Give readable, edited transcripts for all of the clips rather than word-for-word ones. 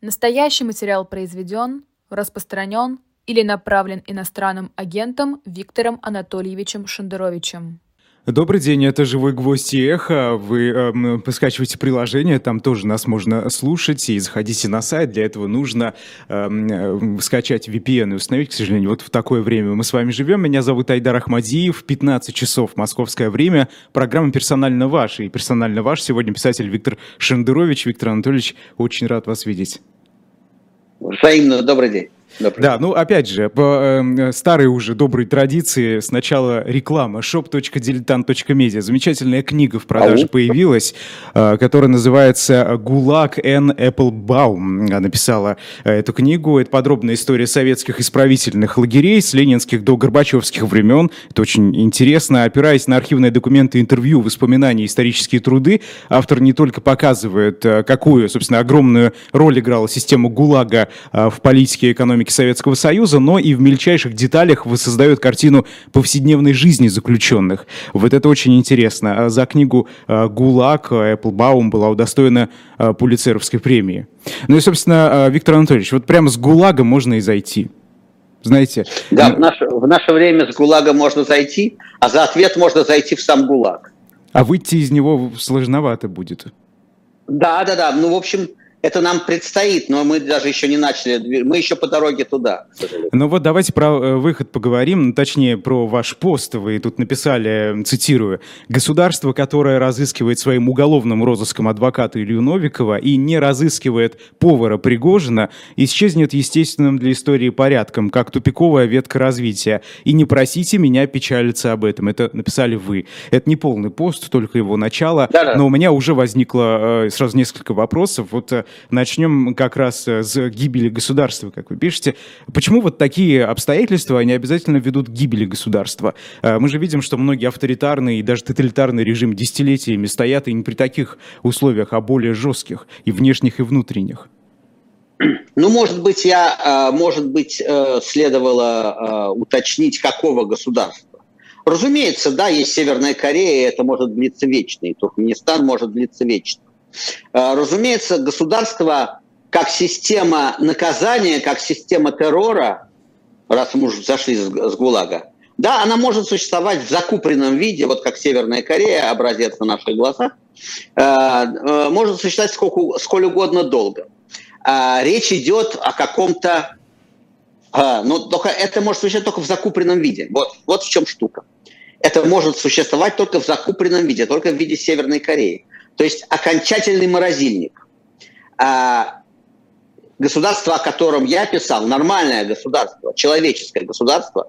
Настоящий материал произведен, распространен или направлен иностранным агентом Виктором Анатольевичем Шендеровичем. Добрый день, это «Живой гвоздь» и «Эхо». Вы скачиваете приложение, там тоже нас можно слушать, и заходите на сайт. Для этого нужно скачать VPN и установить, к сожалению, вот в такое время мы с вами живем. Меня зовут Айдар Ахмадиев, 15 часов московское время. Программа «Персонально ваш». И «Персонально ваш» сегодня писатель Виктор Шендерович. Виктор Анатольевич, очень рад вас видеть. Взаимно, добрый день. Да, ну опять же, по старой уже доброй традиции, сначала реклама. shop.diletant.media. Замечательная книга в продаже появилась, которая называется «ГУЛАГ Энн Эпплбаум». Написала эту книгу. Это подробная история советских исправительных лагерей с ленинских до горбачевских времен. Это очень интересно. Опираясь на архивные документы, интервью, воспоминания, исторические труды, автор не только показывает, какую, собственно, огромную роль играла система ГУЛАГа в политике и экономике Советского Союза, но и в мельчайших деталях воссоздает картину повседневной жизни заключенных. Вот это очень интересно. За книгу «ГУЛАГ» Эпплбаум была удостоена Пулитцеровской премии. Ну и, собственно, Виктор Анатольевич, вот прямо с ГУЛАГа можно и зайти. Знаете? Да, в наше время с ГУЛАГа можно зайти, а за ответ можно зайти в сам ГУЛАГ. А выйти из него сложновато будет. Да. Ну, в общем, это нам предстоит, но мы даже еще не начали, мы еще по дороге туда, к сожалению. Ну вот давайте про выход поговорим, точнее про ваш пост. Вы тут написали, цитирую: «Государство, которое разыскивает своим уголовным розыском адвоката Илью Новикова и не разыскивает повара Пригожина, исчезнет естественным для истории порядком, как тупиковая ветка развития. И не просите меня печалиться об этом». Это написали вы. Это не полный пост, только его начало. Да. Но у меня уже возникло сразу несколько вопросов. Вот начнем как раз с гибели государства, как вы пишете. Почему вот такие обстоятельства, они обязательно ведут к гибели государства? Мы же видим, что многие авторитарные и даже тоталитарные режимы десятилетиями стоят и не при таких условиях, а более жестких, и внешних, и внутренних. Ну, может быть, следовало уточнить, какого государства. Разумеется, да, есть Северная Корея, это может длиться вечно, и Туркменистан может длиться вечно. Разумеется, государство как система наказания, как система террора, раз мы уже зашли с ГУЛАГа, да, она может существовать в закупоренном виде, вот как Северная Корея, образец на наших глазах, может существовать сколь угодно долго. Речь идет о каком-то... но только это может существовать только в закупоренном виде. Вот в чем штука. Это может существовать только в закупоренном виде, только в виде Северной Кореи. То есть окончательный морозильник. Государство, о котором я писал, нормальное государство, человеческое государство,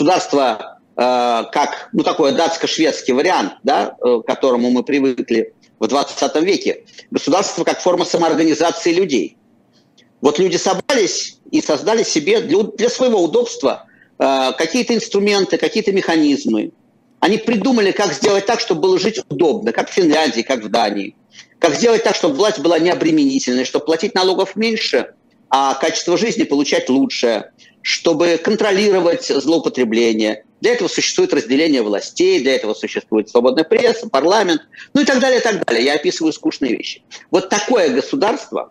как такой датско-шведский вариант, да, к которому мы привыкли в 20 веке, государство как форма самоорганизации людей. Вот люди собрались и создали себе для своего удобства какие-то инструменты, какие-то механизмы. Они придумали, как сделать так, чтобы было жить удобно, как в Финляндии, как в Дании. Как сделать так, чтобы власть была необременительной, чтобы платить налогов меньше, а качество жизни получать лучше, чтобы контролировать злоупотребление. Для этого существует разделение властей, для этого существует свободная пресса, парламент, ну и так далее, и так далее. Я описываю скучные вещи. Вот такое государство,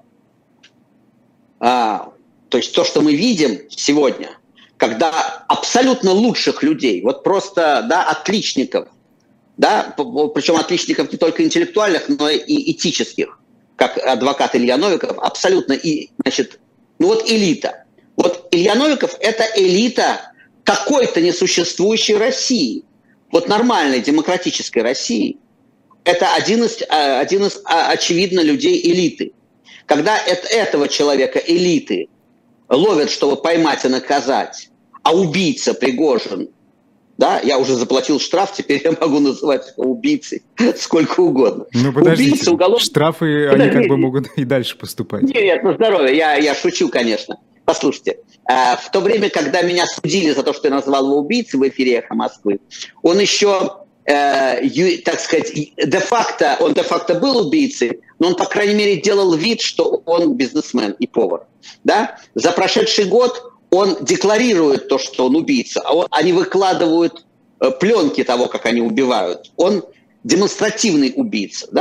то есть то, что мы видим сегодня, когда абсолютно лучших людей, вот просто, да, отличников, да, причем отличников не только интеллектуальных, но и этических, как адвокат Илья Новиков, абсолютно, элита. Вот Илья Новиков – это элита какой-то несуществующей России, вот нормальной демократической России. Это один из очевидно, людей элиты. Когда этого человека элиты ловят, чтобы поймать и наказать, а убийца Пригожин, да, я уже заплатил штраф, теперь я могу называть убийцей сколько угодно. Ну подождите, штрафы, они как бы могут и дальше поступать. Нет, на здоровье, я шучу, конечно. Послушайте, в то время, когда меня судили за то, что я назвал его убийцей в эфире «Эхо Москвы», он еще, так сказать, де-факто был убийцей, но он, по крайней мере, делал вид, что он бизнесмен и повар. Да? За прошедший год он декларирует то, что он убийца, они выкладывают пленки того, как они убивают. Он демонстративный убийца. Да?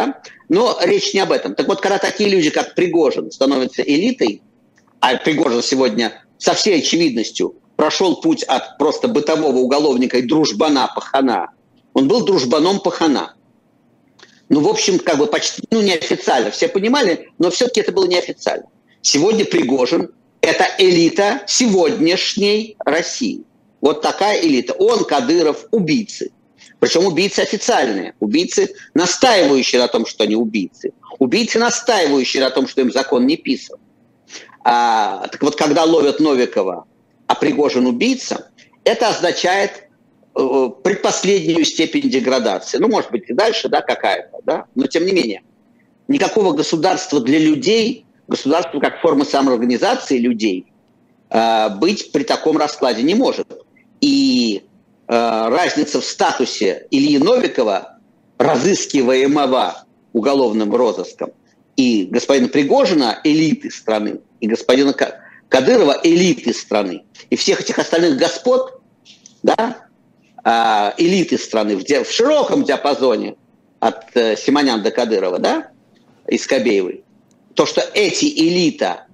Но речь не об этом. Так вот, когда такие люди, как Пригожин, становятся элитой, а Пригожин сегодня со всей очевидностью прошел путь от просто бытового уголовника и дружбана-пахана, он был дружбаном-пахана. Ну, в общем, как бы почти, неофициально. Все понимали, но все-таки это было неофициально. Сегодня Пригожин – это элита сегодняшней России. Вот такая элита. Он, Кадыров, убийцы. Причем убийцы официальные. Убийцы, настаивающие на том, что они убийцы. Убийцы, настаивающие на том, что им закон не писан. Так вот, когда ловят Новикова, а Пригожин убийца, это означает предпоследнюю степень деградации. Ну, может быть, и дальше, да, какая-то, да, но тем не менее. Никакого государства для людей, государство как форма самоорганизации людей, быть при таком раскладе не может. И разница в статусе Ильи Новикова, разыскиваемого уголовным розыском, и господина Пригожина, элиты страны, и господина Кадырова, элиты страны, и всех этих остальных господ, да, элиты страны в широком диапазоне от Симонян до Кадырова, да, и Скобеевой, то, что эти элита,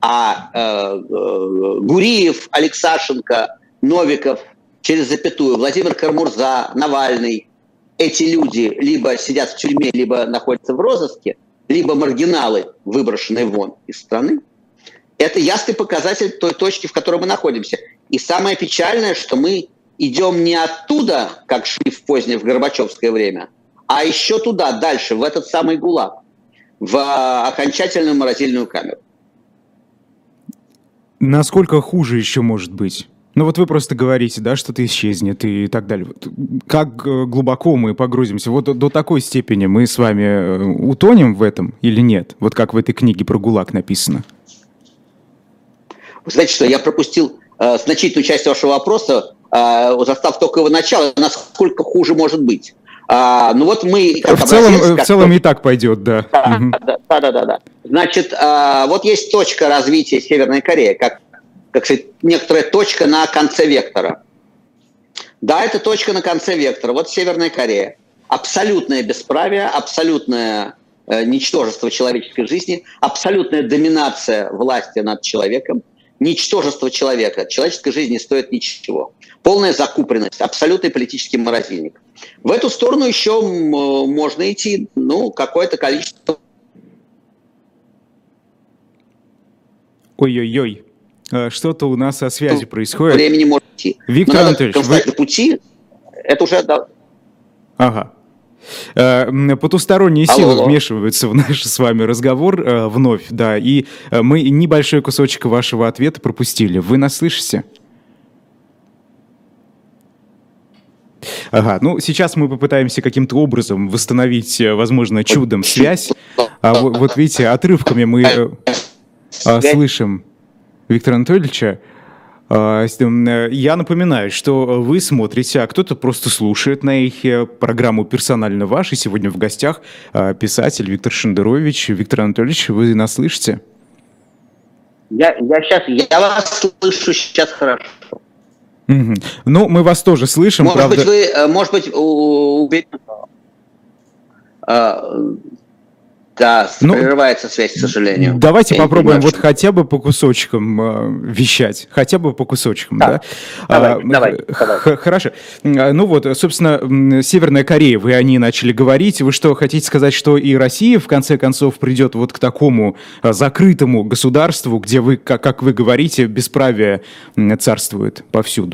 Гуриев, Алексашенко, Новиков, через запятую, Владимир Кармурза, Навальный, эти люди либо сидят в тюрьме, либо находятся в розыске, либо маргиналы, выброшенные вон из страны, это ясный показатель той точки, в которой мы находимся. И самое печальное, что мы идем не оттуда, как шли в позднее, в Горбачевское время, а еще туда, дальше, в этот самый ГУЛАГ, в окончательную морозильную камеру. Насколько хуже еще может быть? Ну вот вы просто говорите, да, что-то исчезнет и так далее. Как глубоко мы погрузимся? Вот до такой степени мы с вами утонем в этом или нет? Вот как в этой книге про ГУЛАГ написано. Вы знаете, что я пропустил значительную часть вашего вопроса, застав только его начало, насколько хуже может быть. Ну вот мы... В целом и так пойдет, да. Да. Значит, вот есть точка развития Северной Кореи, как сказать, некоторая точка на конце вектора. Да, это точка на конце вектора. Вот Северная Корея. Абсолютное бесправие, абсолютное ничтожество человеческой жизни, абсолютная доминация власти над человеком, ничтожество человека. Человеческая жизнь не стоит ничего. Полная закупленность, абсолютный политический морозильник. В эту сторону еще можно идти, какое-то количество. Ой-ой-ой. Что-то у нас со связью происходит. Времени может идти. Виктор Анатольевич, вы... пути, это уже... Ага. Потусторонние силы вмешиваются в наш с вами разговор вновь, да, и мы небольшой кусочек вашего ответа пропустили. Вы нас слышите? Ага, сейчас мы попытаемся каким-то образом восстановить, возможно, чудом связь. Вот видите, отрывками мы слышим Виктора Анатольевича. Я напоминаю, что вы смотрите, а кто-то просто слушает на их программу «Персонально ваш». И сегодня в гостях писатель Виктор Шендерович. Виктор Анатольевич, вы нас слышите? Я вас слышу сейчас хорошо. Угу. Мы вас тоже слышим, правда. Да, прерывается связь, к сожалению. Давайте попробуем хотя бы по кусочкам вещать. Хотя бы по кусочкам, да? Давай. Хорошо. Собственно, Северная Корея, вы о ней начали говорить. Вы что, хотите сказать, что и Россия, в конце концов, придет вот к такому закрытому государству, где вы, как вы говорите, бесправие царствует повсюду?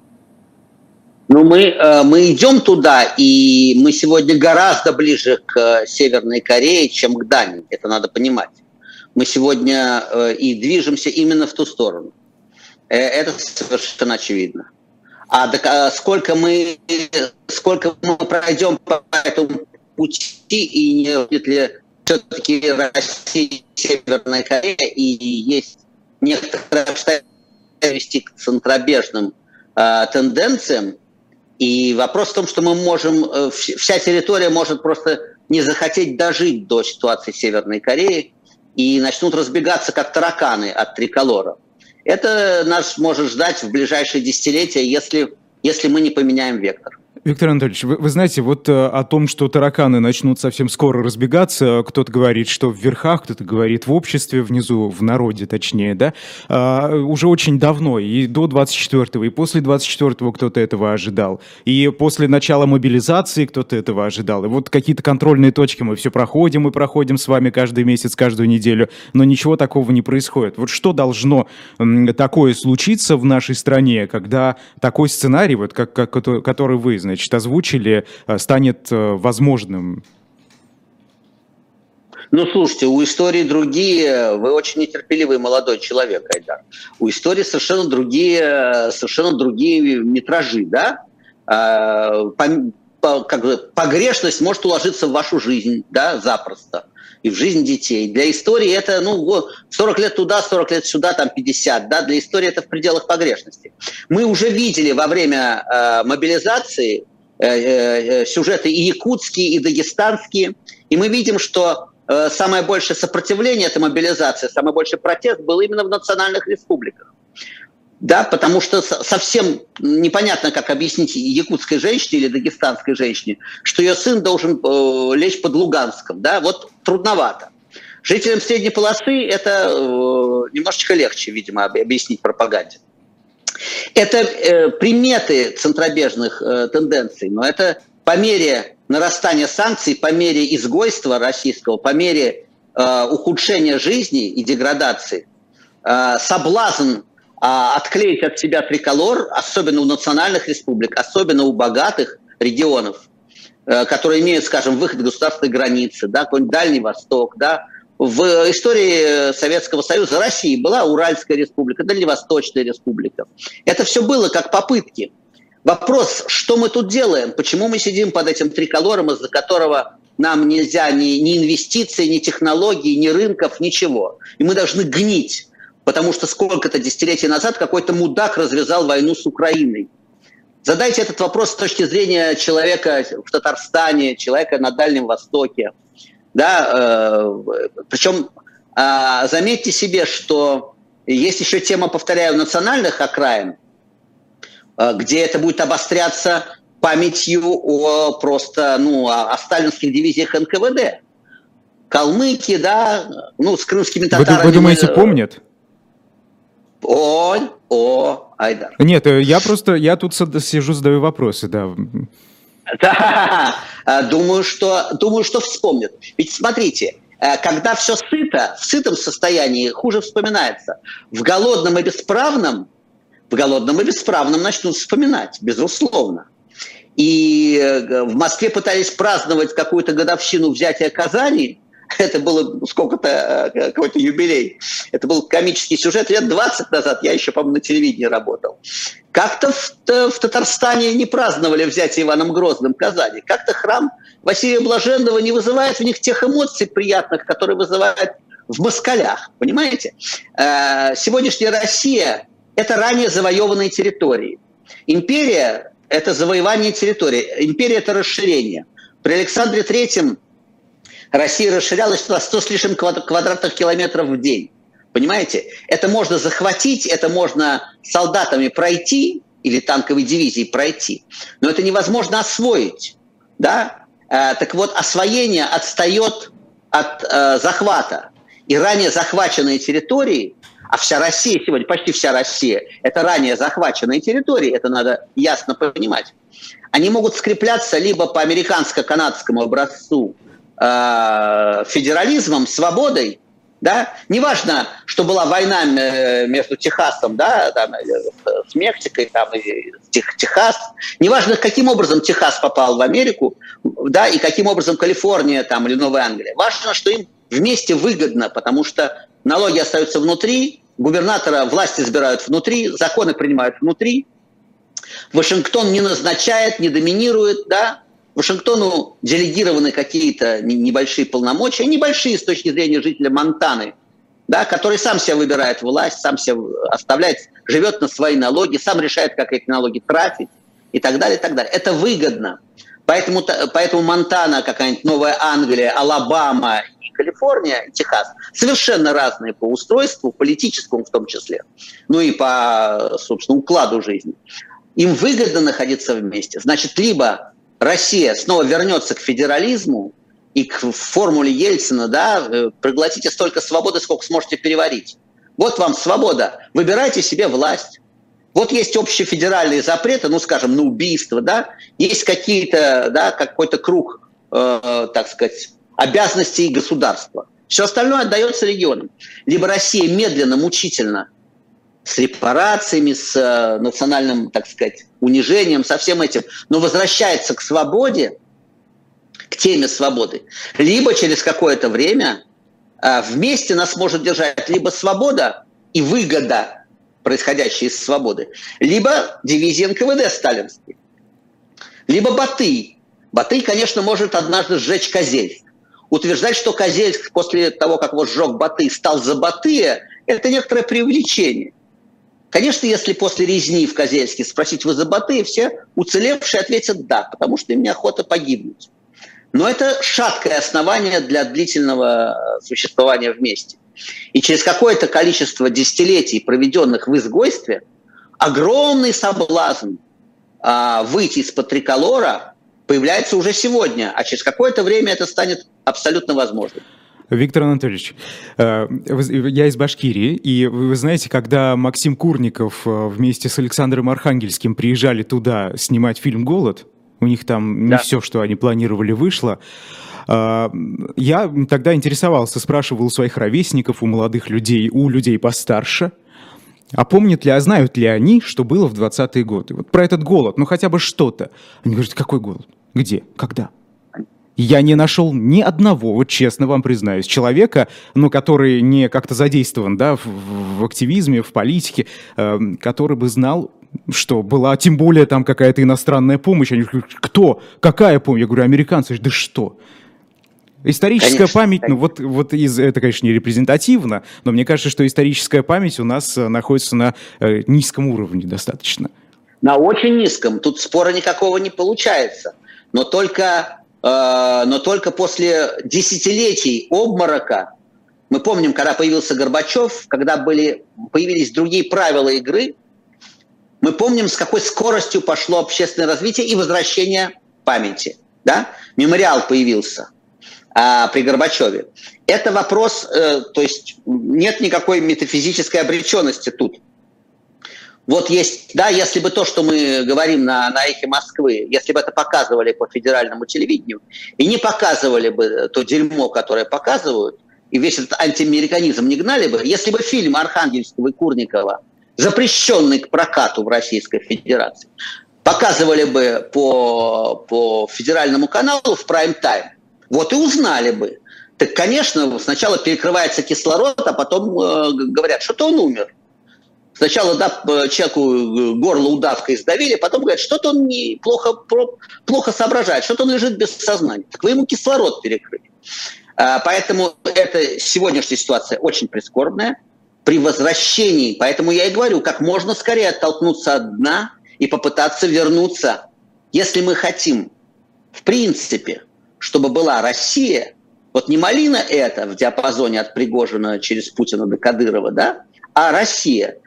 Мы идем туда, и мы сегодня гораздо ближе к Северной Корее, чем к Дании. Это надо понимать. Мы сегодня и движемся именно в ту сторону. Это совершенно очевидно. Сколько мы пройдем по этому пути, и не будет ли все-таки Россия и Северная Корея, и есть некоторые обстоятельства вести к центробежным тенденциям. И вопрос в том, что мы можем, вся территория может просто не захотеть дожить до ситуации Северной Кореи и начнут разбегаться как тараканы от триколора. Это нас может ждать в ближайшие десятилетия, если мы не поменяем вектор. Виктор Анатольевич, вы знаете, вот о том, что тараканы начнут совсем скоро разбегаться, кто-то говорит, что в верхах, кто-то говорит в обществе, внизу, в народе точнее, да, уже очень давно, и до 24-го, и после 24-го кто-то этого ожидал, и после начала мобилизации кто-то этого ожидал, и вот какие-то контрольные точки мы все проходим и проходим с вами каждый месяц, каждую неделю, но ничего такого не происходит. Вот что должно такое случиться в нашей стране, когда такой сценарий, вот который вы, значит, озвучили, станет возможным? Ну, слушайте, у истории другие, вы очень нетерпеливый молодой человек, Айдар. У истории совершенно другие метражи, да? Погрешность может уложиться в вашу жизнь, да, запросто. И в жизнь детей. Для истории это, 40 лет туда, 40 лет сюда, там 50, да, для истории это в пределах погрешности. Мы уже видели во время мобилизации сюжеты и якутские, и дагестанские, и мы видим, что самое большее сопротивление этой мобилизации, самый большой протест был именно в национальных республиках. Да, потому что совсем непонятно, как объяснить якутской женщине или дагестанской женщине, что ее сын должен лечь под Луганском. Да, вот трудновато. Жителям средней полосы это немножечко легче, видимо, объяснить пропаганде. Это приметы центробежных тенденций, но это по мере нарастания санкций, по мере изгойства российского, по мере ухудшения жизни и деградации, соблазн отклеить от себя триколор, особенно у национальных республик, особенно у богатых регионов, которые имеют, скажем, выход к государственной границе, да, какой-нибудь Дальний Восток. Да. В истории Советского Союза России была Уральская республика, Дальневосточная республика. Это все было как попытки. Вопрос, что мы тут делаем, почему мы сидим под этим триколором, из-за которого нам нельзя ни инвестиций, ни технологий, ни рынков, ничего. И мы должны гнить. Потому что сколько-то десятилетий назад какой-то мудак развязал войну с Украиной. Задайте этот вопрос с точки зрения человека в Татарстане, человека на Дальнем Востоке. Да, причем заметьте себе, что есть еще тема, повторяю, национальных окраин, где это будет обостряться памятью о сталинских дивизиях НКВД. Калмыки, да, с крымскими татарами. Вы думаете, помнят? Айдар. Нет, я тут сижу, задаю вопросы, да. Да, думаю, что вспомнят. Ведь смотрите, когда все сыто, в сытом состоянии хуже вспоминается. В голодном и бесправном начнут вспоминать, безусловно. И в Москве пытались праздновать какую-то годовщину взятия Казани. Это было какой-то юбилей. Это был комический сюжет лет 20 назад. Я еще, по-моему, на телевидении работал. Как-то в Татарстане не праздновали взятие Иваном Грозным Казани. Как-то храм Василия Блаженного не вызывает в них тех эмоций приятных, которые вызывает в москалях. Понимаете? Сегодняшняя Россия – это ранее завоеванные территории. Империя – это завоевание территории. Империя – это расширение. При Александре Третьем Россия расширялась на 100 с лишним квадратных километров в день. Понимаете? Это можно захватить, это можно солдатами пройти или танковой дивизией пройти, но это невозможно освоить. Да? Так вот, освоение отстает от захвата. И ранее захваченные территории, а вся Россия сегодня, почти вся Россия, это ранее захваченные территории, это надо ясно понимать, они могут скрепляться либо по американско-канадскому образцу федерализмом, свободой, да, неважно, что была война между Техасом, да, там, с Мексикой, там, и Техас, неважно, каким образом Техас попал в Америку, да, и каким образом Калифорния там, или Новая Англия, важно, что им вместе выгодно, потому что налоги остаются внутри, губернатора власть избирают внутри, законы принимают внутри, Вашингтон не назначает, не доминирует, да, Вашингтону делегированы какие-то небольшие полномочия, небольшие с точки зрения жителя Монтаны, да, который сам себе выбирает власть, сам себя оставляет, живет на свои налоги, сам решает, как эти налоги тратить и так далее, и так далее. Это выгодно. Поэтому Монтана, какая-нибудь Новая Англия, Алабама и Калифорния, и Техас совершенно разные по устройству, политическому в том числе, ну и по, собственно, укладу жизни. им выгодно находиться вместе. Значит, либо Россия снова вернется к федерализму и к формуле Ельцина, да, проглотите столько свободы, сколько сможете переварить. Вот вам свобода, выбирайте себе власть. Вот есть общие федеральные запреты, ну, скажем, на убийство, да, есть какие-то, да, какой-то круг, так сказать, обязанностей государства. Все остальное отдается регионам. Либо Россия медленно, мучительно, с репарациями, с национальным, так сказать, унижением, со всем этим, но возвращается к свободе, к теме свободы. Либо через какое-то время вместе нас может держать либо свобода и выгода, происходящие из свободы, либо дивизия НКВД сталинский, либо Батый. Батый, конечно, может однажды сжечь Козельск. Утверждать, что Козельск после того, как его сжег Батый, стал за Батыя, это некоторое преувеличение. Конечно, если после резни в Козельске спросить, вы за Батыя, все уцелевшие ответят да, потому что им неохота погибнуть. Но это шаткое основание для длительного существования вместе. И через какое-то количество десятилетий, проведенных в изгойстве, огромный соблазн выйти из-под триколора появляется уже сегодня, а через какое-то время это станет абсолютно возможным. Виктор Анатольевич, я из Башкирии, и вы знаете, когда Максим Курников вместе с Александром Архангельским приезжали туда снимать фильм «Голод», у них там не все, что они планировали, вышло. Я тогда интересовался, спрашивал у своих ровесников, у молодых людей, у людей постарше, а помнят ли, а знают ли они, что было в 20-е годы? Вот про этот голод, ну хотя бы что-то. Они говорят, какой голод? Где? Когда? Я не нашел ни одного, вот честно вам признаюсь, человека, ну, который не как-то задействован, да, в активизме, в политике, который бы знал, что была, тем более там какая-то иностранная помощь. Они говорят, кто? Какая помощь? Я говорю, американцы. Да что? Историческая конечно, память, ну вот это, конечно, не репрезентативно, но мне кажется, что историческая память у нас находится на низком уровне достаточно. На очень низком. Тут спора никакого не получается. Но только после десятилетий обморока, мы помним, когда появился Горбачев, когда появились другие правила игры, мы помним, с какой скоростью пошло общественное развитие и возвращение памяти. Да? Мемориал появился при Горбачеве. Это вопрос, то есть нет никакой метафизической обреченности тут. Вот есть, да, если бы то, что мы говорим на «Эхе Москвы», если бы это показывали по федеральному телевидению, и не показывали бы то дерьмо, которое показывают, и весь этот антиамериканизм не гнали бы, если бы фильм Архангельского и Курникова, запрещенный к прокату в Российской Федерации, показывали бы по федеральному каналу в прайм-тайм, вот и узнали бы. Так, конечно, сначала перекрывается кислород, а потом говорят, что-то он умер. Сначала, да, человеку горло удавкой сдавили, потом говорят, что-то он плохо соображает, что-то он лежит без сознания. Так вы ему кислород перекрыли. Поэтому эта сегодняшняя ситуация очень прискорбная. При возвращении, поэтому я и говорю, как можно скорее оттолкнуться от дна и попытаться вернуться. Если мы хотим, в принципе, чтобы была Россия, вот не малина это в диапазоне от Пригожина через Путина до Кадырова, да, а Россия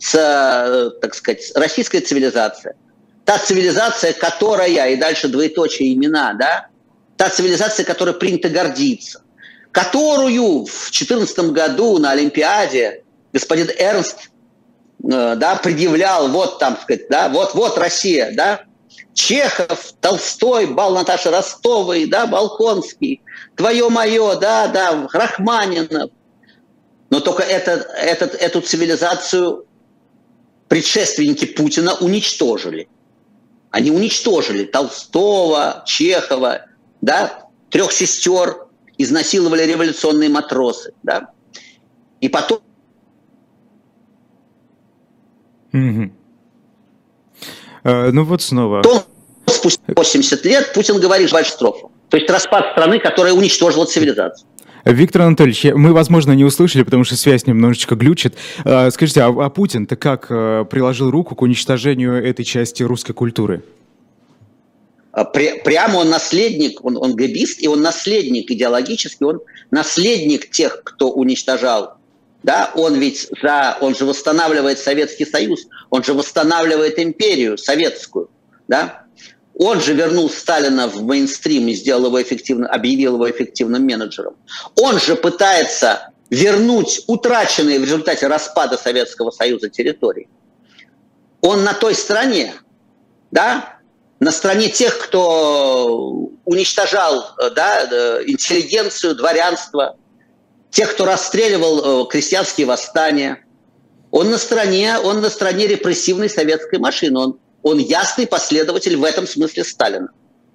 так сказать, российская цивилизация. Та цивилизация, которая, и дальше двоеточие имена, да, та цивилизация, которой принято гордиться, которую в 2014 году на Олимпиаде господин Эрнст, да, предъявлял, вот там, сказать, да, вот Россия, да, Чехов, Толстой, бал Наташи Ростовой, да, Болконский, твое мое, да, Рахманинов. Но только эту цивилизацию предшественники Путина уничтожили. Они уничтожили Толстого, Чехова, да, 3 сестер, изнасиловали революционные матросы, да. И потом... Ну вот снова. Спустя 80 лет Путин говорит большую строфу. То есть распад страны, которая уничтожила цивилизацию. Виктор Анатольевич, мы, возможно, не услышали, потому что связь немножечко глючит. Скажите, а Путин-то как приложил руку к уничтожению этой части русской культуры? Прямо он наследник, он гэбист, и он наследник идеологически, он наследник тех, кто уничтожал да, он же восстанавливает Советский Союз, он же восстанавливает империю советскую, да, он же вернул Сталина в мейнстрим и объявил его эффективным менеджером. Он же пытается вернуть утраченные в результате распада Советского Союза территории. Он на той стороне, да, на стороне тех, кто уничтожал, да, интеллигенцию, дворянство, тех, кто расстреливал крестьянские восстания. Он на стороне репрессивной советской машины. Он ясный последователь в этом смысле Сталина.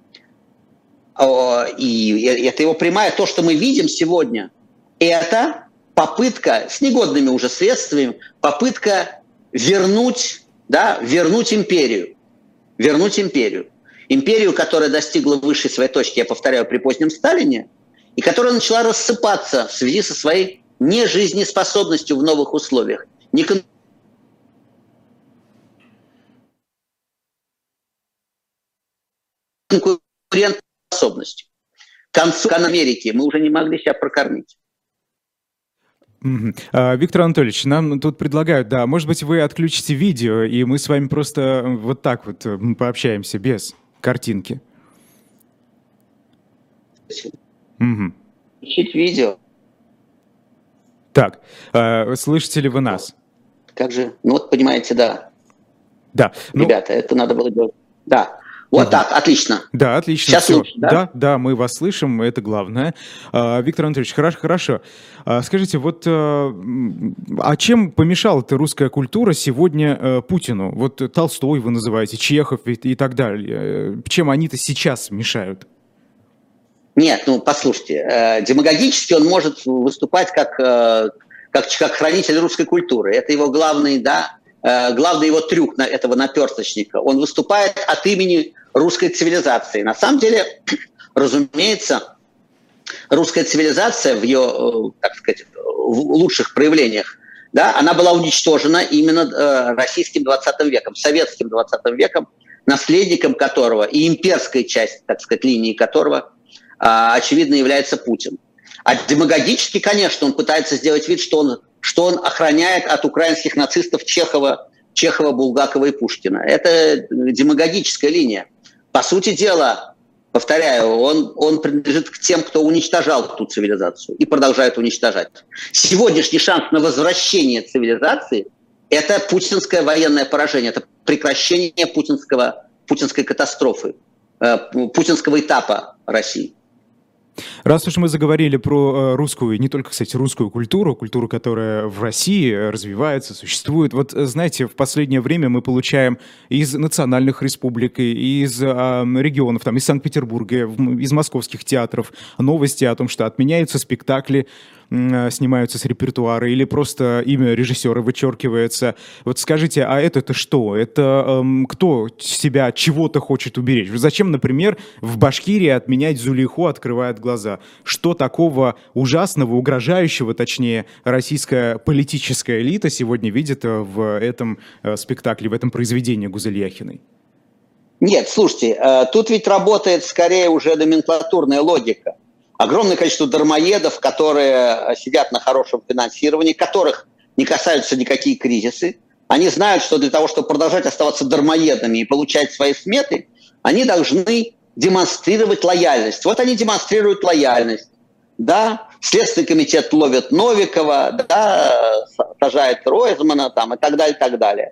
И это его прямая. То, что мы видим сегодня, это попытка с негодными уже средствами, попытка вернуть империю. Вернуть империю. Империю, которая достигла высшей своей точки, я повторяю, при позднем Сталине, и которая начала рассыпаться в связи со своей нежизнеспособностью в новых условиях. Конкурентоспособностью. К концу Америки мы уже не могли себя прокормить. Виктор Анатольевич, нам тут предлагают, да, может быть, вы отключите видео, и мы с вами просто вот так вот пообщаемся без картинки. Включить видео. Так, слышите ли вы нас? Как же? Ну вот, понимаете, да. Да. Ребята, это надо было делать. Да. Вот так, отлично. Да, отлично. Сейчас все. лучше, да? Да, мы вас слышим, это главное. Виктор Анатольевич, хорошо. Скажите, вот а чем помешала эта русская культура сегодня Путину? Вот Толстой вы называете, Чехов и так далее. Чем они-то сейчас мешают? Нет, ну послушайте, демагогически он может выступать как хранитель русской культуры. Это его главный его трюк этого наперсточника. Он выступает от имени русской цивилизации. На самом деле, разумеется, русская цивилизация в ее, так сказать, в лучших проявлениях, да, она была уничтожена именно российским 20 веком, советским 20 веком, наследником которого и имперской части, так сказать, линии которого, очевидно, является Путин. А демагогически, конечно, он пытается сделать вид, что он охраняет от украинских нацистов Чехова, Булгакова и Пушкина. Это демагогическая линия. По сути дела, повторяю, он принадлежит к тем, кто уничтожал эту цивилизацию и продолжает уничтожать. Сегодняшний шанс на возвращение цивилизации – это путинское военное поражение, это прекращение путинской катастрофы, путинского этапа России. Раз уж мы заговорили про русскую, не только, кстати, русскую культуру, которая в России развивается, существует. Вот, знаете, в последнее время мы получаем из национальных республик, из регионов, там, из Санкт-Петербурга, из московских театров новости о том, что отменяются спектакли, снимаются с репертуара, или просто имя режиссера вычеркивается. Вот скажите, а это что? Это кто себя от чего-то хочет уберечь? Зачем, например, в Башкирии отменять Зулейху открывает глаза? Что такого ужасного, угрожающего, точнее, российская политическая элита сегодня видит в этом спектакле, в этом произведении Гузель Яхиной? Нет, слушайте, тут ведь работает скорее уже номенклатурная логика. Огромное количество дармоедов, которые сидят на хорошем финансировании, которых не касаются никакие кризисы. Они знают, что для того, чтобы продолжать оставаться дармоедами и получать свои сметы, они должны демонстрировать лояльность. Вот они демонстрируют лояльность. Да? Следственный комитет ловит Новикова, да, сажает Ройзмана там, и так далее, и так далее.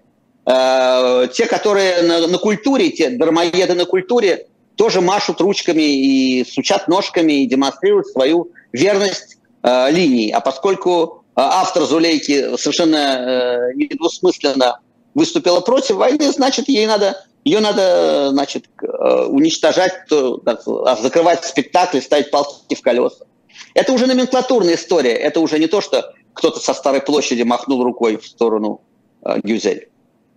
Те, которые на культуре, те дармоеды на культуре, тоже машут ручками и сучат ножками и демонстрируют свою верность линии. А поскольку автор Зулейки совершенно недвусмысленно выступила против войны, значит, ее надо значит, уничтожать, закрывать спектакли, ставить палки в колеса. Это уже номенклатурная история. Это уже не то, что кто-то со Старой площади махнул рукой в сторону Гюзель.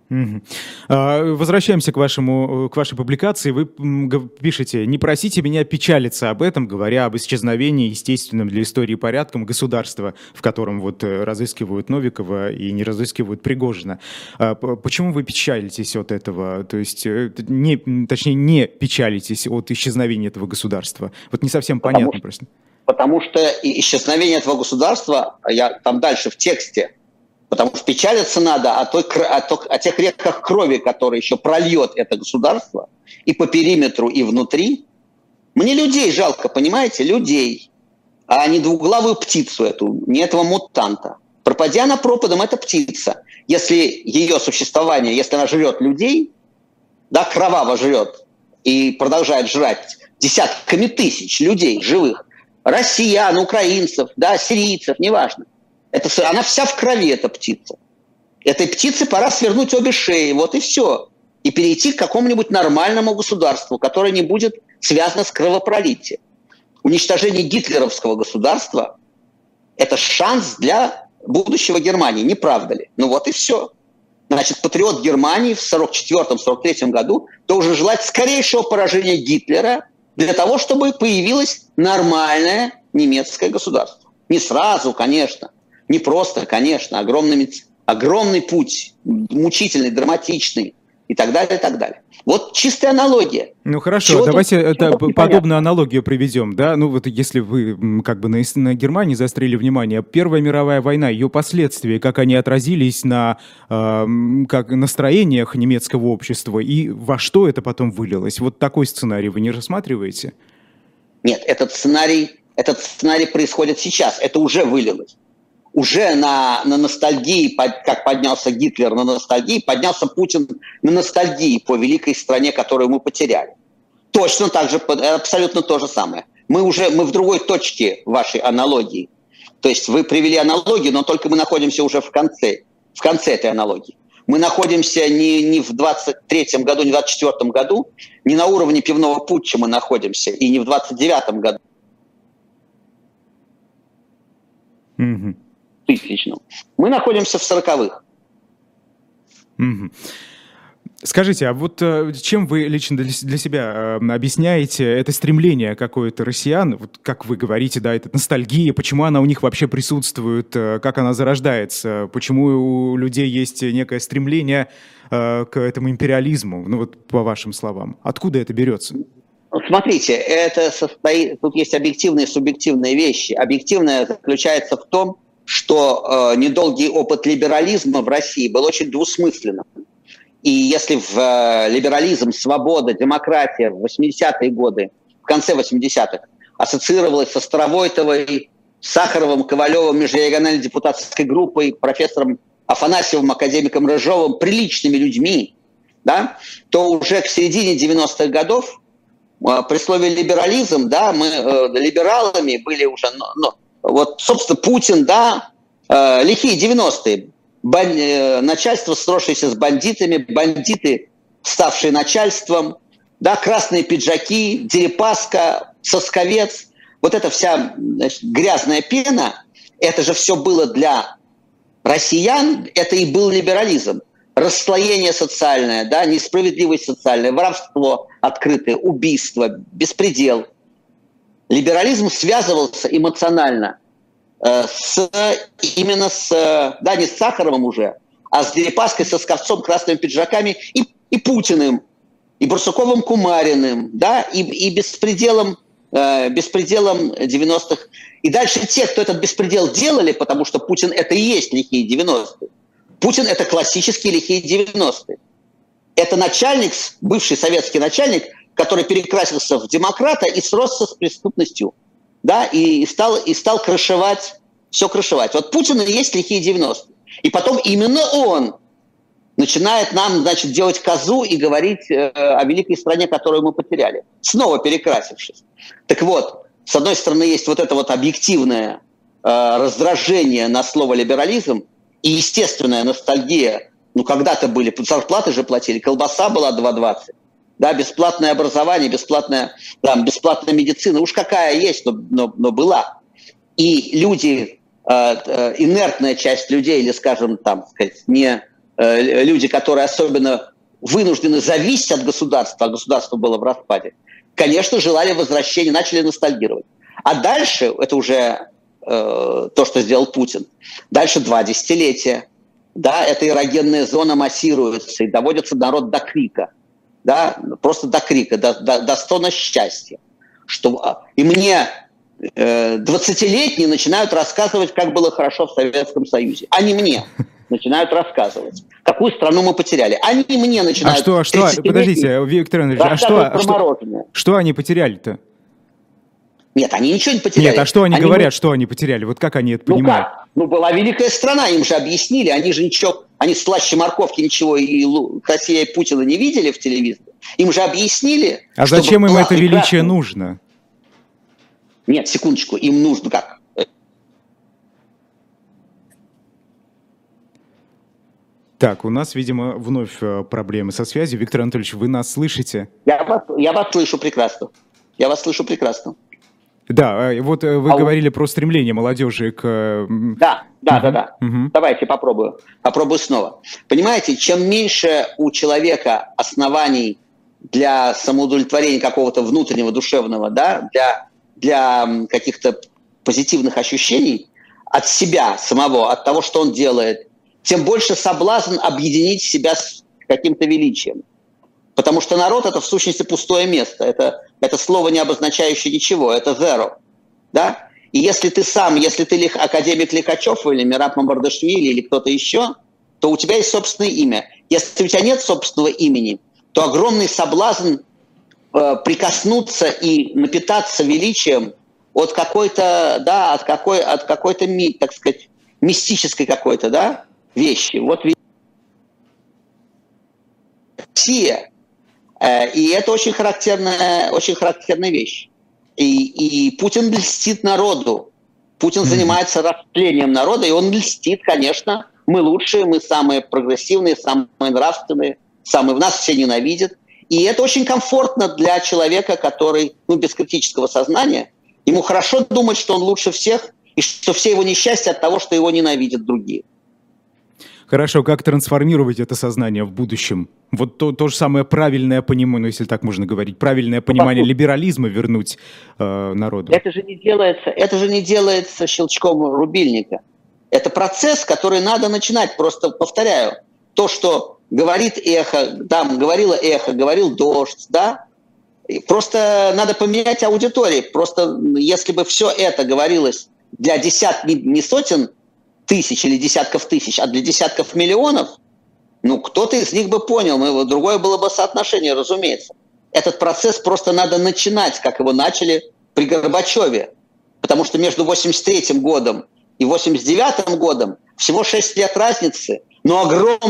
Возвращаемся к вашей публикации. Вы пишете: «Не просите меня печалиться об этом, говоря об исчезновении естественным для истории порядком государства, в котором вот разыскивают Новикова и не разыскивают Пригожина». Почему вы печалитесь от этого? То есть, не печалитесь от исчезновения этого государства? Вот не совсем понятно просто. потому что исчезновение этого государства, я там дальше в тексте, потому что печалиться надо о тех реках крови, которые еще прольет это государство, и по периметру, и внутри. Мне людей жалко, понимаете, людей, а не двуглавую птицу эту, не этого мутанта. Пропадя она пропадом, это птица. Если ее существование, если она жрет людей, да, кроваво жрет и продолжает жрать десятками тысяч людей живых, россиян, украинцев, да, сирийцев, неважно. Она вся в крови, эта птица. Этой птице пора свернуть обе шеи, вот и все. И перейти к какому-нибудь нормальному государству, которое не будет связано с кровопролитием. Уничтожение гитлеровского государства – это шанс для будущего Германии, не правда ли? Ну вот и все. Значит, патриот Германии в 1944-1943 году должен желать скорейшего поражения Гитлера для того, чтобы появилось нормальное немецкое государство. Не сразу, конечно, не просто, конечно, огромный путь, мучительный, драматичный и так далее, и так далее. Вот чистая аналогия. Ну хорошо, давайте подобную аналогию приведем, да? Ну вот если вы как бы на Германии заострили внимание, Первая мировая война, ее последствия, как они отразились на как настроениях немецкого общества и во что это потом вылилось? Вот такой сценарий вы не рассматриваете? Нет, этот сценарий происходит сейчас, это уже вылилось. Уже на ностальгии, как поднялся Гитлер на ностальгии, поднялся Путин на ностальгии по великой стране, которую мы потеряли. Точно так же, абсолютно то же самое. Мы в другой точке вашей аналогии. То есть вы привели аналогию, но только мы находимся уже в конце этой аналогии. Мы находимся не в 23-м году, не в 24-м году, не на уровне пивного путча мы находимся, и не в 29-м году. Mm-hmm. Мы находимся в 40-х. Mm-hmm. Скажите, а вот чем вы лично для себя объясняете это стремление какое-то россиян, вот как вы говорите, да, это ностальгия, почему она у них вообще присутствует, как она зарождается, почему у людей есть некое стремление к этому империализму, ну вот по вашим словам, откуда это берется? Смотрите, тут есть объективные и субъективные вещи. Объективное заключается в том, что недолгий опыт либерализма в России был очень двусмысленным. И если в либерализм, свобода, демократия в 80-е годы, в конце 80-х, ассоциировалась со Старовойтовой, Сахаровым, Ковалевым, межрегиональной депутатской группой, профессором Афанасьевым, академиком Рыжовым, приличными людьми, да, то уже к середине 90-х годов при слове либерализм, да, мы либералами были уже, вот, собственно, Путин, да, лихие 90-е, начальство, сросшееся с бандитами, бандиты, ставшие начальством, да, красные пиджаки, Дерипаска, Сосковец, вот эта вся, значит, грязная пена, это же все было для россиян, это и был либерализм. Расслоение социальное, да, несправедливость социальная, воровство открытое, убийство, беспредел. Либерализм связывался эмоционально именно да, не с Сахаровым уже, а с Дерипаской, со Сковцом, красными пиджаками и Путиным, и Барсуковым, Кумариным, да, и беспределом 90-х. И дальше те, кто этот беспредел делали, потому что Путин это и есть лихие 90-е. Путин это классические лихие 90-е. Это начальник, бывший советский начальник, который перекрасился в демократа и сросся с преступностью. Да, и стал крышевать, все крышевать. Вот Путин и есть лихие 90-е. И потом именно он начинает нам, значит, делать козу и говорить о великой стране, которую мы потеряли, снова перекрасившись. Так вот, с одной стороны, есть вот это вот объективное раздражение на слово либерализм и естественная ностальгия. Ну, когда-то были, зарплаты же платили, колбаса была 2,20. Да, бесплатное образование, бесплатная медицина, уж какая есть, но была. И люди, инертная часть людей, или, скажем, не люди, которые особенно вынуждены зависеть от государства, а государство было в распаде, конечно, желали возвращения, начали ностальгировать. А дальше, это уже то, что сделал Путин, дальше 2 десятилетия, да, эта эрогенная зона массируется и доводится народ до крика. Да, просто до крика, до стона счастья. И мне 20-летние начинают рассказывать, как было хорошо в Советском Союзе. Они мне начинают рассказывать, какую страну мы потеряли. Они мне начинают... Подождите, Виктор Иванович, что они потеряли-то? Нет, они ничего не потеряли. Нет, а что они говорят, что они потеряли? Вот как они это понимают? Была великая страна, им же объяснили, они же ничего, они слаще морковки ничего и Россия и Путина не видели в телевизоре. Им же объяснили. А зачем им это величие нужно? Нет, секундочку, им нужно как? Так, у нас, видимо, вновь проблемы со связью. Виктор Анатольевич, вы нас слышите? Я вас слышу прекрасно. Я вас слышу прекрасно. Да, вот вы говорили про стремление молодежи к... Да. Давайте попробую. Попробую снова. Понимаете, чем меньше у человека оснований для самоудовлетворения какого-то внутреннего, душевного, да, для каких-то позитивных ощущений от себя самого, от того, что он делает, тем больше соблазн объединить себя с каким-то величием. Потому что народ – это в сущности пустое место. Это слово, не обозначающее ничего, это zero. Да? И если ты академик Лихачев или Мераб Мамардашвили или кто-то еще, то у тебя есть собственное имя. Если у тебя нет собственного имени, то огромный соблазн прикоснуться и напитаться величием от какой-то, да, от какой-то, так сказать, мистической какой-то, да, вещи. Вот Россия. И это очень характерная вещь. И Путин льстит народу. Путин занимается растлением народа, и он льстит, конечно. Мы лучшие, мы самые прогрессивные, самые нравственные, нас все ненавидят. И это очень комфортно для человека, который, без критического сознания. Ему хорошо думать, что он лучше всех, и что все его несчастья от того, что его ненавидят другие. Хорошо, как трансформировать это сознание в будущем? Вот то же самое правильное понимание, если так можно говорить, правильное понимание либерализма вернуть народу. Это же не делается щелчком рубильника. Это процесс, который надо начинать. Просто повторяю, то, что говорит эхо, говорило эхо, говорил дождь, да? И просто надо поменять аудиторию. Просто если бы все это говорилось для не сотен тысяч или десятков тысяч, а для десятков миллионов, кто-то из них бы понял, другое было бы соотношение, разумеется. Этот процесс просто надо начинать, как его начали при Горбачеве. Потому что между 1983 годом и 1989 годом всего 6 лет разницы, но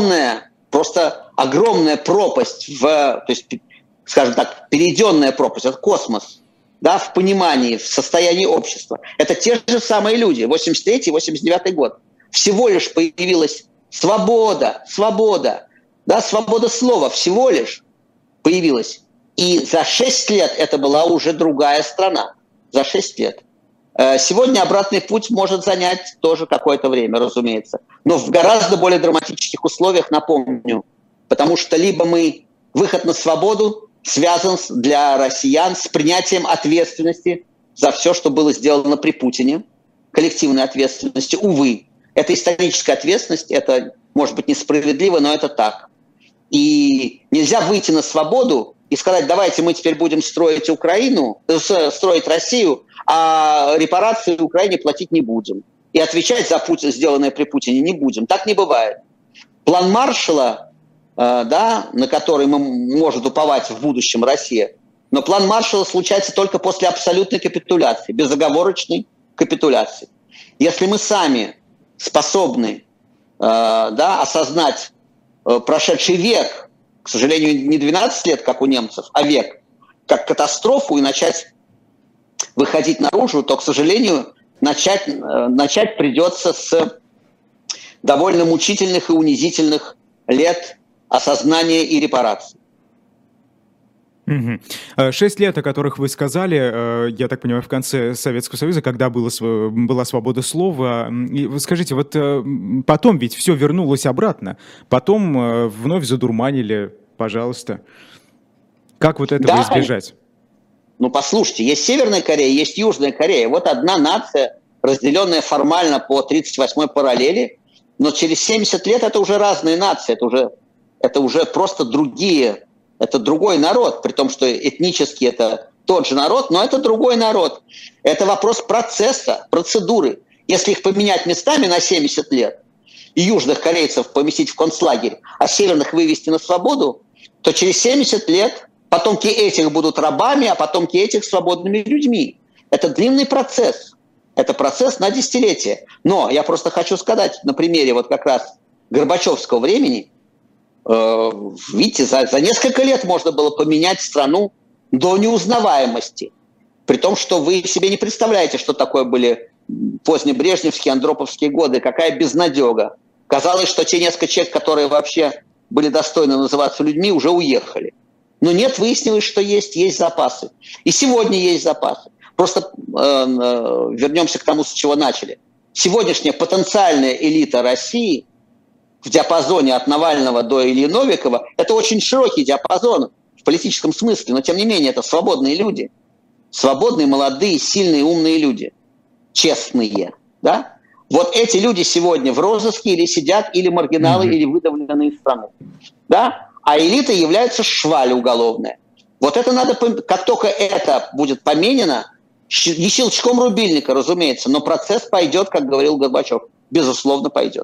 огромная пропасть, то есть, скажем так, перейденная пропасть, это космос, да, в понимании, в состоянии общества. Это те же самые люди, 1983 и 1989 год. Всего лишь появилась свобода, да, свобода слова всего лишь появилась. И за 6 лет это была уже другая страна. За 6 лет. Сегодня обратный путь может занять тоже какое-то время, разумеется. Но в гораздо более драматических условиях, напомню. Потому что либо выход на свободу связан для россиян с принятием ответственности за все, что было сделано при Путине. Коллективной ответственности, увы. Это историческая ответственность, это может быть несправедливо, но это так. И нельзя выйти на свободу и сказать, давайте мы теперь будем строить Россию, а репарации Украине платить не будем. И отвечать за сделанное при Путине не будем. Так не бывает. План Маршалла, да, на который может уповать в будущем Россия, но план Маршалла случается только после абсолютной капитуляции, безоговорочной капитуляции. Если мы сами способны осознать прошедший век, к сожалению, не 12 лет, как у немцев, а век, как катастрофу, и начать выходить наружу, то, к сожалению, начать придется с довольно мучительных и унизительных лет осознания и репараций. 6 лет, о которых вы сказали, я так понимаю, в конце Советского Союза, когда была свобода слова. И вы скажите, вот потом ведь все вернулось обратно, потом вновь задурманили, пожалуйста. Как вот этого избежать? Послушайте, есть Северная Корея, есть Южная Корея. Вот одна нация, разделенная формально по 38-й параллели, но через 70 лет это уже разные нации, это уже просто другие. Это другой народ, при том, что этнически это тот же народ, но это другой народ. Это вопрос процесса, процедуры. Если их поменять местами на 70 лет, и южных корейцев поместить в концлагерь, а северных вывести на свободу, то через 70 лет потомки этих будут рабами, а потомки этих свободными людьми. Это длинный процесс. Это процесс на десятилетия. Но я просто хочу сказать на примере вот как раз Горбачевского времени, видите, за несколько лет можно было поменять страну до неузнаваемости. При том, что вы себе не представляете, что такое были позднебрежневские, андроповские годы, какая безнадега. Казалось, что те несколько человек, которые вообще были достойны называться людьми, уже уехали. Но нет, выяснилось, что есть запасы. И сегодня есть запасы. Просто вернемся к тому, с чего начали. Сегодняшняя потенциальная элита России в диапазоне от Навального до Ильи Новикова – это очень широкий диапазон в политическом смысле, но тем не менее это свободные люди. Свободные, молодые, сильные, умные люди. Честные. Да? Вот эти люди сегодня в розыске или сидят, или маргиналы, или выдавлены из страны. Да? А элита является шваль уголовная. Вот это надо, как только это будет поменено, не щелчком рубильника, разумеется, но процесс пойдет, как говорил Горбачев, безусловно пойдет.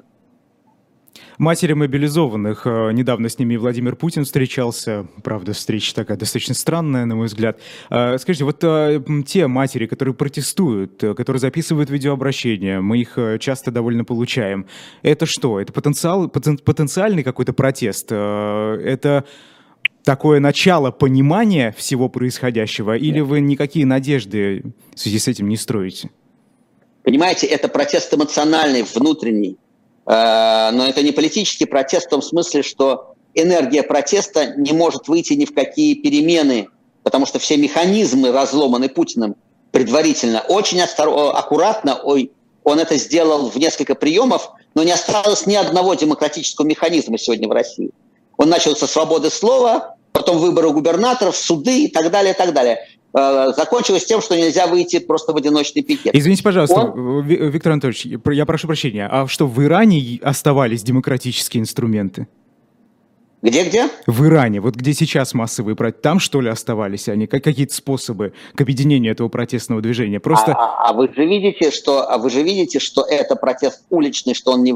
Матери мобилизованных. Недавно с ними Владимир Путин встречался. Правда, встреча такая достаточно странная, на мой взгляд. Скажите, вот те матери, которые протестуют, которые записывают видеообращения, мы их часто довольно получаем. Это что? Это потенциальный какой-то протест? Это такое начало понимания всего происходящего? Или вы никакие надежды в связи с этим не строите? Понимаете, это протест эмоциональный, внутренний. Но это не политический протест в том смысле, что энергия протеста не может выйти ни в какие перемены, потому что все механизмы разломаны Путиным предварительно. Очень аккуратно он это сделал в несколько приемов, но не осталось ни одного демократического механизма сегодня в России. Он начал со свободы слова, потом выборы губернаторов, суды и так далее, и так далее. Закончилось тем, что нельзя выйти просто в одиночный пикет. Извините, пожалуйста, Виктор Анатольевич, я прошу прощения, а что, в Иране оставались демократические инструменты? Где? В Иране, вот где сейчас массовые протесты, там что ли оставались они? Какие-то способы к объединению этого протестного движения? Просто... Вы же видите, что это протест уличный, что он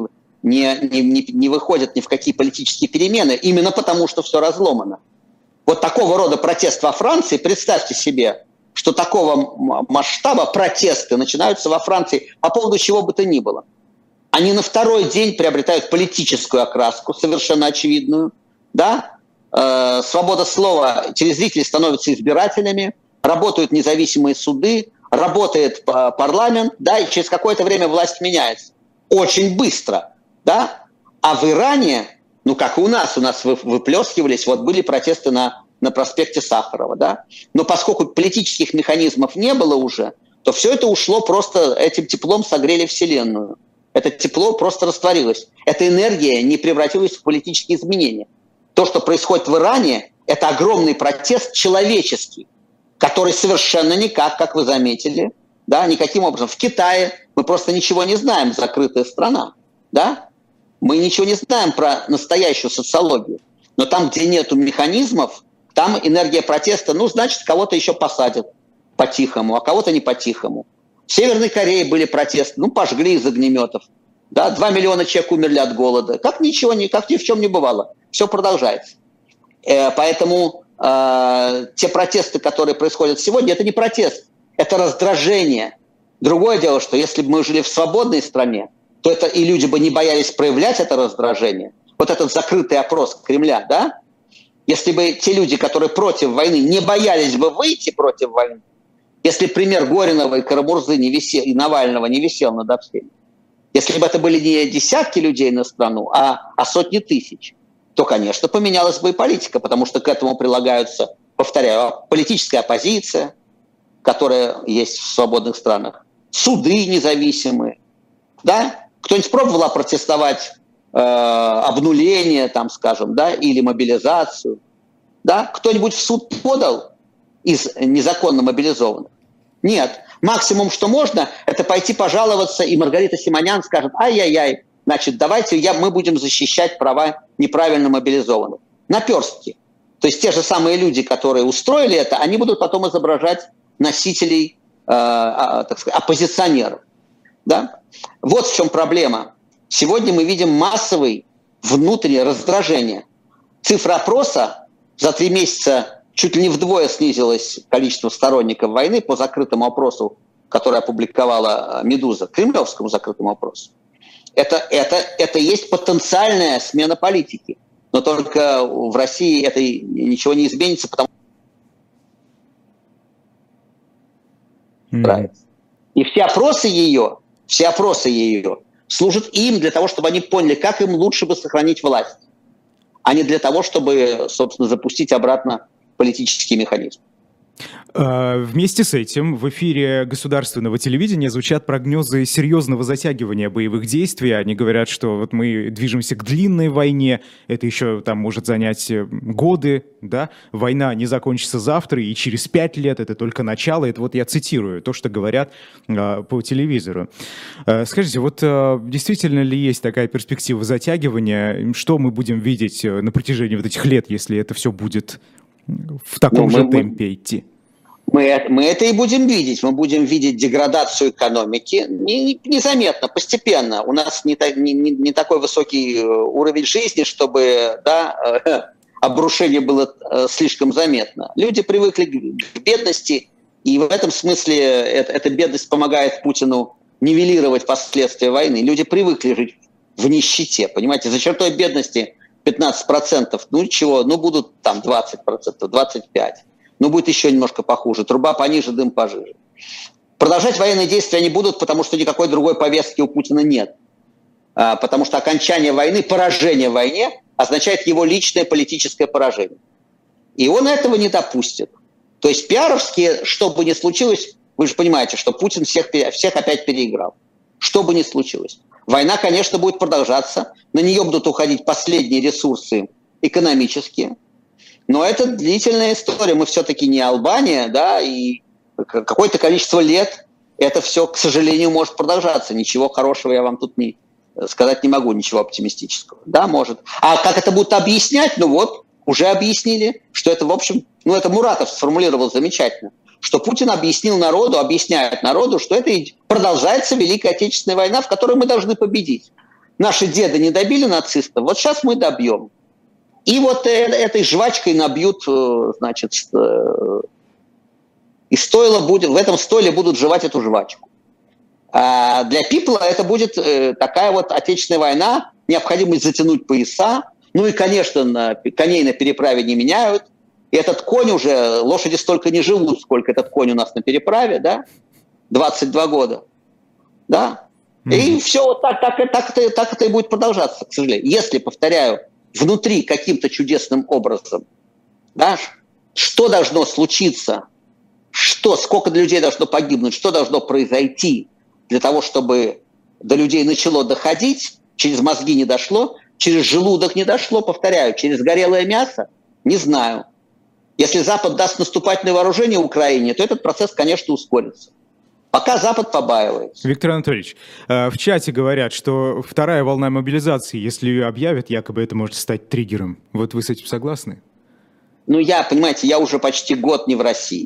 не выходит ни в какие политические перемены, именно потому, что все разломано. Вот такого рода протест во Франции, представьте себе, что такого масштаба протесты начинаются во Франции по поводу чего бы то ни было. Они на второй день приобретают политическую окраску, совершенно очевидную. Да? Свобода слова, телезрители становятся избирателями, работают независимые суды, работает парламент, да, и через какое-то время власть меняется. Очень быстро. Да? А в Иране... как и у нас выплескивались, вот были протесты на проспекте Сахарова, да. Но поскольку политических механизмов не было уже, то все это ушло просто, этим теплом согрели Вселенную. Это тепло просто растворилось. Эта энергия не превратилась в политические изменения. То, что происходит в Иране, это огромный протест человеческий, который совершенно никак, как вы заметили, да, никаким образом. В Китае мы просто ничего не знаем, закрытая страна, да. Мы ничего не знаем про настоящую социологию. Но там, где нету механизмов, там энергия протеста, значит, кого-то еще посадят по-тихому, а кого-то не по-тихому. В Северной Корее были протесты, пожгли из огнеметов. Да, 2 миллиона человек умерли от голода. Как ни в чем не бывало. Все продолжается. Поэтому те протесты, которые происходят сегодня, это не протест, это раздражение. Другое дело, что если бы мы жили в свободной стране, то это и люди бы не боялись проявлять это раздражение. Вот этот закрытый опрос Кремля, да? Если бы те люди, которые против войны, не боялись бы выйти против войны, если пример Горинова и Карамурзы и Навального не висел над всеми, если бы это были не десятки людей на страну, а сотни тысяч, то, конечно, поменялась бы и политика, потому что к этому прилагаются, повторяю, политическая оппозиция, которая есть в свободных странах, суды независимые, да? Кто-нибудь пробовал протестовать обнуление, там, скажем, да, или мобилизацию? Да? Кто-нибудь в суд подал из незаконно мобилизованных? Нет. Максимум, что можно, это пойти пожаловаться, и Маргарита Симонян скажет: ай-яй-яй, значит, давайте мы будем защищать права неправильно мобилизованных. Наперстки. То есть те же самые люди, которые устроили это, они будут потом изображать носителей, так сказать, оппозиционеров. Да? Вот в чем проблема. Сегодня мы видим массовое внутреннее раздражение. Цифра опроса за 3 месяца чуть ли не вдвое снизилось количество сторонников войны по закрытому опросу, который опубликовала «Медуза», кремлевскому закрытому опросу. Это есть потенциальная смена политики. Но только в России это ничего не изменится, потому что и все опросы ее служат им для того, чтобы они поняли, как им лучше бы сохранить власть, а не для того, чтобы, собственно, запустить обратно политический механизм. Вместе с этим в эфире государственного телевидения звучат прогнозы серьезного затягивания боевых действий. Они говорят, что вот мы движемся к длинной войне, это еще там может занять годы, да? Война не закончится завтра и через 5 лет, это только начало. Это вот я цитирую то, что говорят по телевизору. Скажите, вот действительно ли есть такая перспектива затягивания? Что мы будем видеть на протяжении вот этих лет, если это все будет в таком же темпе идти? Мы это и будем видеть. Мы будем видеть деградацию экономики незаметно, постепенно. У нас не такой высокий уровень жизни, чтобы обрушение было слишком заметно. Люди привыкли к бедности, и в этом смысле эта бедность помогает Путину нивелировать последствия войны. Люди привыкли жить в нищете, понимаете, за чертой бедности 15%, ну чего, ну будут там 20%, 25%, ну будет еще немножко похуже, труба пониже, дым пожиже. Продолжать военные действия они будут, потому что никакой другой повестки у Путина нет. Потому что окончание войны, поражение в войне означает его личное политическое поражение. И он этого не допустит. То есть пиаровские, что бы ни случилось, вы же понимаете, что Путин всех опять переиграл. Что бы ни случилось. Война, конечно, будет продолжаться, на нее будут уходить последние ресурсы экономические, но это длительная история. Мы все-таки не Албания, да, и какое-то количество лет это все, к сожалению, может продолжаться. Ничего хорошего я вам тут сказать не могу, ничего оптимистического. Да, может. А как это будут объяснять? Ну вот, уже объяснили, что это, в общем, ну это Муратов сформулировал замечательно, что Путин объясняет народу, что это продолжается Великая Отечественная война, в которой мы должны победить. Наши деды не добили нацистов, вот сейчас мы добьем. И вот этой жвачкой набьют, значит, и в этом стойле будут жевать эту жвачку. А для Пипла это будет такая вот Отечественная война, необходимость затянуть пояса, ну и, конечно, коней на переправе не меняют. И этот конь уже, лошади столько не живут, сколько этот конь у нас на переправе, да, 22 года, да. И все вот так это и будет продолжаться, к сожалению. Если, повторяю, внутри каким-то чудесным образом, да, что должно случиться, сколько людей должно погибнуть, что должно произойти для того, чтобы до людей начало доходить, через мозги не дошло, через желудок не дошло, повторяю, через горелое мясо, не знаю. Если Запад даст наступательное вооружение Украине, то этот процесс, конечно, ускорится. Пока Запад побаивается. Виктор Анатольевич, в чате говорят, что вторая волна мобилизации, если ее объявят, якобы это может стать триггером. Вот вы с этим согласны? Ну, понимаете, я уже почти год не в России.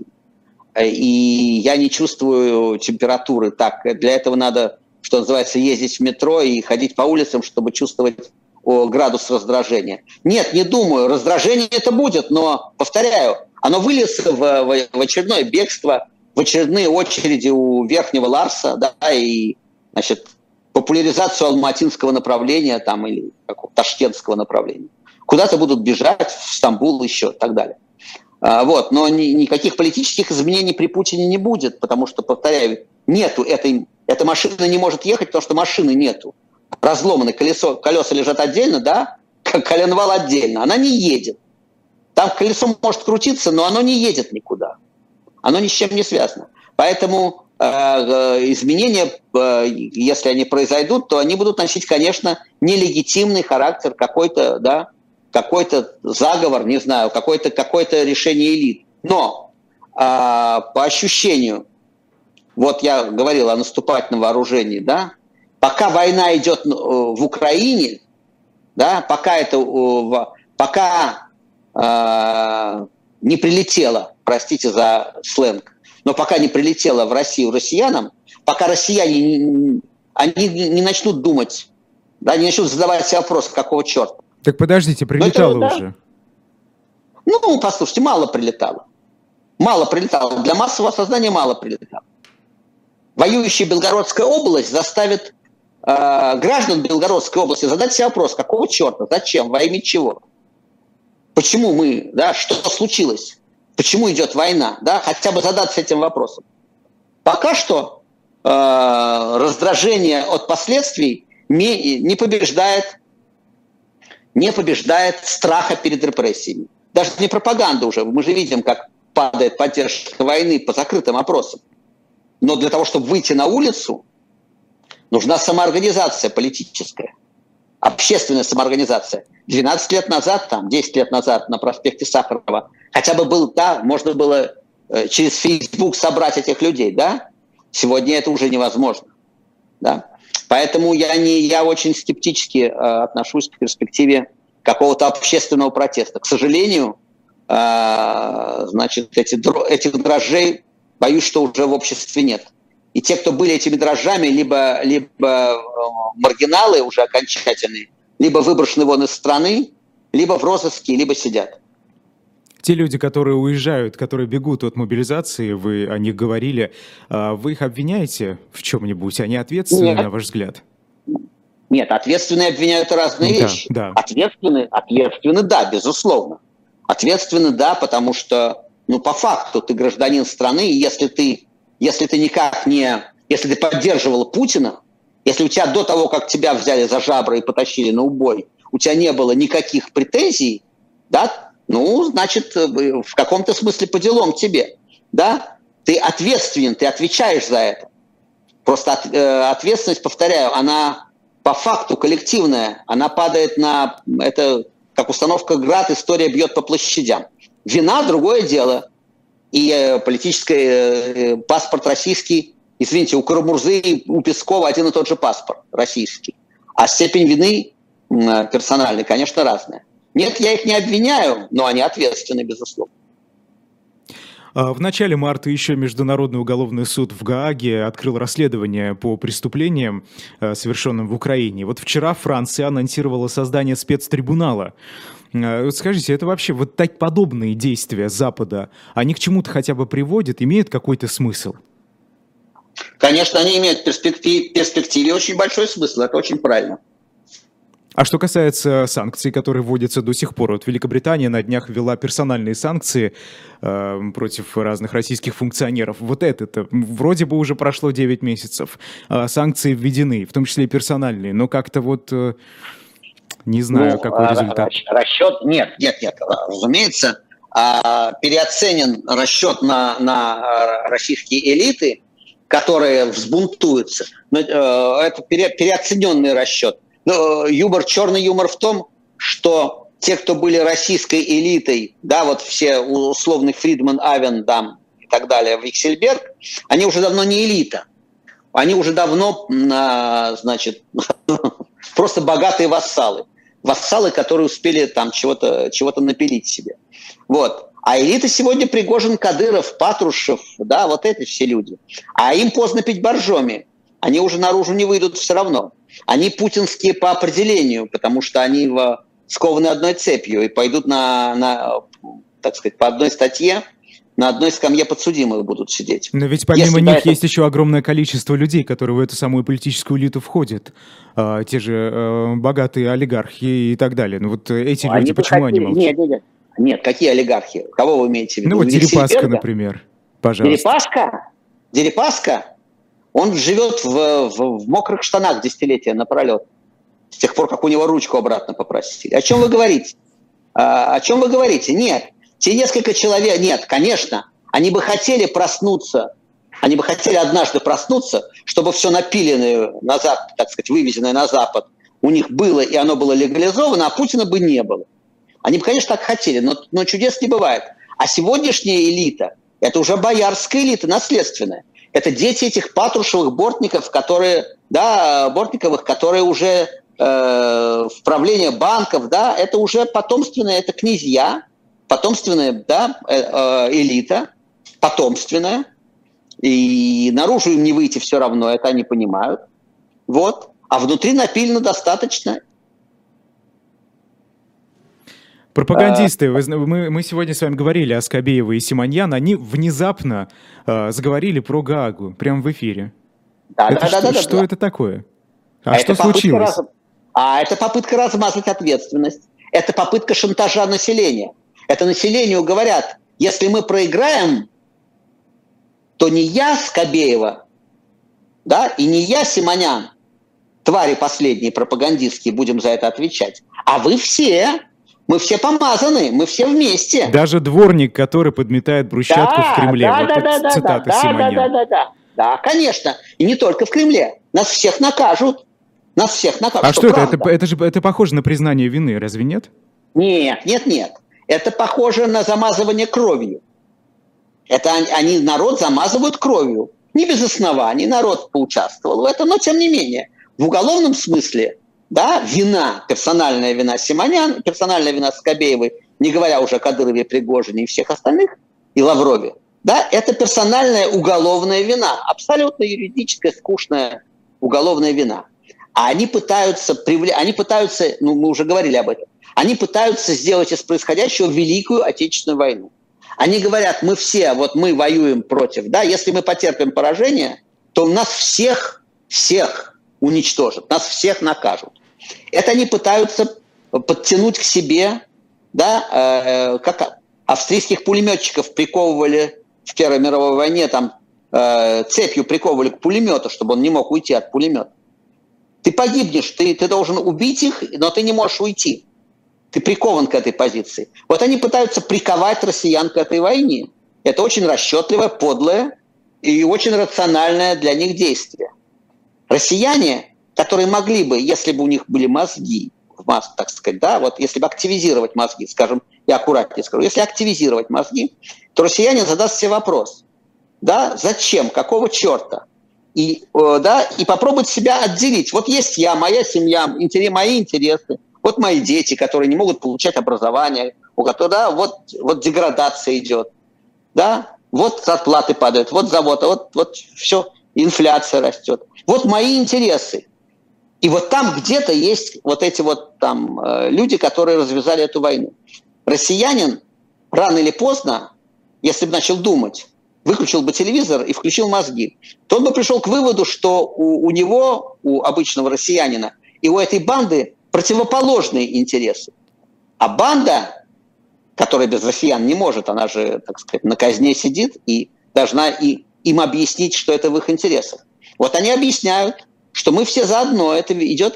И я не чувствую температуры так. Для этого надо, что называется, ездить в метро и ходить по улицам, чтобы чувствовать градус раздражения. Нет, не думаю, раздражение это будет, но, повторяю, оно выльется в очередное бегство, в очередные очереди у Верхнего Ларса, да, и, значит, популяризацию алматинского направления там, или ташкентского направления. Куда-то будут бежать, в Стамбул еще и так далее. Вот, но никаких политических изменений при Путине не будет, потому что, повторяю, нету эта машина не может ехать, потому что машины нету. Разломаны колеса лежат отдельно, да, коленвал отдельно, она не едет. Там колесо может крутиться, но оно не едет никуда. Оно ни с чем не связано. Поэтому изменения, если они произойдут, то они будут носить, конечно, нелегитимный характер, какой-то, да, какой-то заговор, не знаю, какое-то решение элит. Но по ощущению, вот я говорил о наступательном вооружении, да, пока война идет в Украине, да, пока не прилетело, простите за сленг, но пока не прилетело в Россию россиянам, пока россияне не начнут думать, да, не начнут задавать себе вопрос, какого черта. Так подождите, прилетало уже. Ну, послушайте, мало прилетало. Мало прилетало. Для массового осознания мало прилетало. Воюющая Белгородская область заставит граждан Белгородской области задать себе вопрос, какого черта, зачем, во имя чего? Почему мы, да, что случилось? Почему идет война? Да, хотя бы задаться этим вопросом. Пока что раздражение от последствий не побеждает страха перед репрессиями. Даже не пропаганда уже. Мы же видим, как падает поддержка войны по закрытым опросам. Но для того, чтобы выйти на улицу, нужна самоорганизация политическая, общественная самоорганизация. 12 лет назад, 10 лет назад на проспекте Сахарова хотя бы можно было через Facebook собрать этих людей, да? Сегодня это уже невозможно, да? Поэтому я очень скептически отношусь к перспективе какого-то общественного протеста. К сожалению, значит, этих дрожжей, боюсь, что уже в обществе нет. И те, кто были этими дрожжами, либо маргиналы уже окончательные, либо выброшены вон из страны, либо в розыске, либо сидят. Те люди, которые уезжают, которые бегут от мобилизации, вы о них говорили, вы их обвиняете в чем-нибудь? Они ответственны, на ваш взгляд? Нет, ответственные обвиняют разные вещи. Да. Ответственны, да, безусловно. Ответственны, да, потому что, по факту ты гражданин страны, и если ты поддерживал Путина, если у тебя до того, как тебя взяли за жабры и потащили на убой, у тебя не было никаких претензий, да, значит, в каком-то смысле по делам тебе, да, ты ответственен, ты отвечаешь за это. Просто ответственность, повторяю, она по факту коллективная, она падает на, это как установка «Град», история бьет по площадям. Вина – другое дело. И политический паспорт российский, извините, у Карамурзы и у Пескова один и тот же паспорт российский. А степень вины персональной, конечно, разная. Нет, я их не обвиняю, но они ответственны, безусловно. В начале марта еще Международный уголовный суд в Гааге открыл расследование по преступлениям, совершенным в Украине. Вот вчера Франция анонсировала создание спецтрибунала. Скажите, это вообще вот так подобные действия Запада, они к чему-то хотя бы приводят, имеют какой-то смысл? Конечно, они имеют в перспективе очень большой смысл, это очень правильно. А что касается санкций, которые вводятся до сих пор, вот Великобритания на днях ввела персональные санкции против разных российских функционеров. Вот это вроде бы уже прошло 9 месяцев. Санкции введены, в том числе и персональные, но как-то вот не знаю, какой результат. Расчет нет, разумеется, переоценен расчет на российские элиты, которые взбунтуются. Но это переоцененный расчет. Но черный юмор в том, что те, кто были российской элитой, да, вот все условный Фридман, Авендам и так далее, Виксельберг, они уже давно не элита. Они уже давно, значит, просто богатые вассалы. Вассалы, которые успели там чего-то напилить себе. Вот. А элита сегодня Пригожин, Кадыров, Патрушев, да, вот эти все люди. А им поздно пить боржоми. Они уже наружу не выйдут все равно. Они путинские по определению, потому что они скованы одной цепью и пойдут так сказать, по одной статье, на одной скамье подсудимых будут сидеть. Но ведь помимо них есть еще огромное количество людей, которые в эту самую политическую элиту входят. Те же богатые олигархи и так далее. Ну вот эти люди, почему они молчат? Нет, какие олигархи? Кого вы имеете в виду? Ну вот Дерипаска, например. Пожалуйста. Дерипаска? Он живет в мокрых штанах десятилетия напролет. С тех пор, как у него ручку обратно попросили. О чем вы говорите? О чем вы говорите? Нет. Те несколько человек... Нет, конечно. Они бы хотели проснуться. Они бы хотели однажды проснуться, чтобы все напиленное на Запад, так сказать, вывезенное на Запад у них было, и оно было легализовано, а Путина бы не было. Они бы, конечно, так хотели, но чудес не бывает. А сегодняшняя элита – это уже боярская элита, наследственная. Это дети этих Патрушевых, Бортниковых, которые уже в правление банков, да, это уже потомственные, это князья, потомственная, да, элита, потомственная, и наружу им не выйти все равно, это они понимают. Вот. А внутри напилено достаточно. Пропагандисты, мы сегодня с вами говорили о Скобеева и Симоньян, они внезапно заговорили про Гаагу, прямо в эфире. Что это такое? А что случилось? Это попытка размазать ответственность. Это попытка шантажа населения. Это населению говорят, если мы проиграем, то не я Скобеева, да, и не я Симонян, твари последние пропагандистские, будем за это отвечать, а вы все. Мы все помазаны, мы все вместе. Даже дворник, который подметает брусчатку в Кремле. Цитата Симонян. Да, конечно. И не только в Кремле. Нас всех накажут. Нас всех накажут. А что это? Это похоже на признание вины, разве нет? Нет. Это похоже на замазывание кровью. Это они народ замазывают кровью. Не без оснований, народ поучаствовал в этом, но тем не менее. В уголовном смысле, да, вина, персональная вина Симонян, персональная вина Скобеевой, не говоря уже о Кадырове, Пригожине и всех остальных, и Лаврове, да, это персональная уголовная вина, абсолютно юридическая, скучная уголовная вина. А они пытаются, ну мы уже говорили об этом, они пытаются сделать из происходящего Великую Отечественную войну. Они говорят, мы воюем против, да, если мы потерпим поражение, то нас всех уничтожат, нас всех накажут. Это они пытаются подтянуть к себе, да, как австрийских пулеметчиков приковывали в Первой мировой войне, там цепью приковывали к пулемету, чтобы он не мог уйти от пулемета. Ты погибнешь, ты должен убить их, но ты не можешь уйти. Ты прикован к этой позиции. Вот они пытаются приковать россиян к этой войне. Это очень расчетливое, подлое и очень рациональное для них действие. Россияне, которые могли бы, если бы у них были мозги, так сказать, да, вот если бы активизировать мозги, скажем, я аккуратнее скажу, если активизировать мозги, то россиянин задаст себе вопрос, да, зачем, какого черта, и попробовать себя отделить. Вот есть я, моя семья, мои интересы, вот мои дети, которые не могут получать образование, у которых, да, вот деградация идет, да, вот зарплаты падают, вот завод, вот все, инфляция растет. Вот мои интересы. И вот там где-то есть вот эти вот там люди, которые развязали эту войну. Россиянин рано или поздно, если бы начал думать, выключил бы телевизор и включил мозги, то он бы пришел к выводу, что у него, у обычного россиянина, и у этой банды противоположные интересы. А банда, которая без россиян не может, она же, так сказать, на казне сидит и должна им объяснить, что это в их интересах. Вот они объясняют, что мы все заодно, это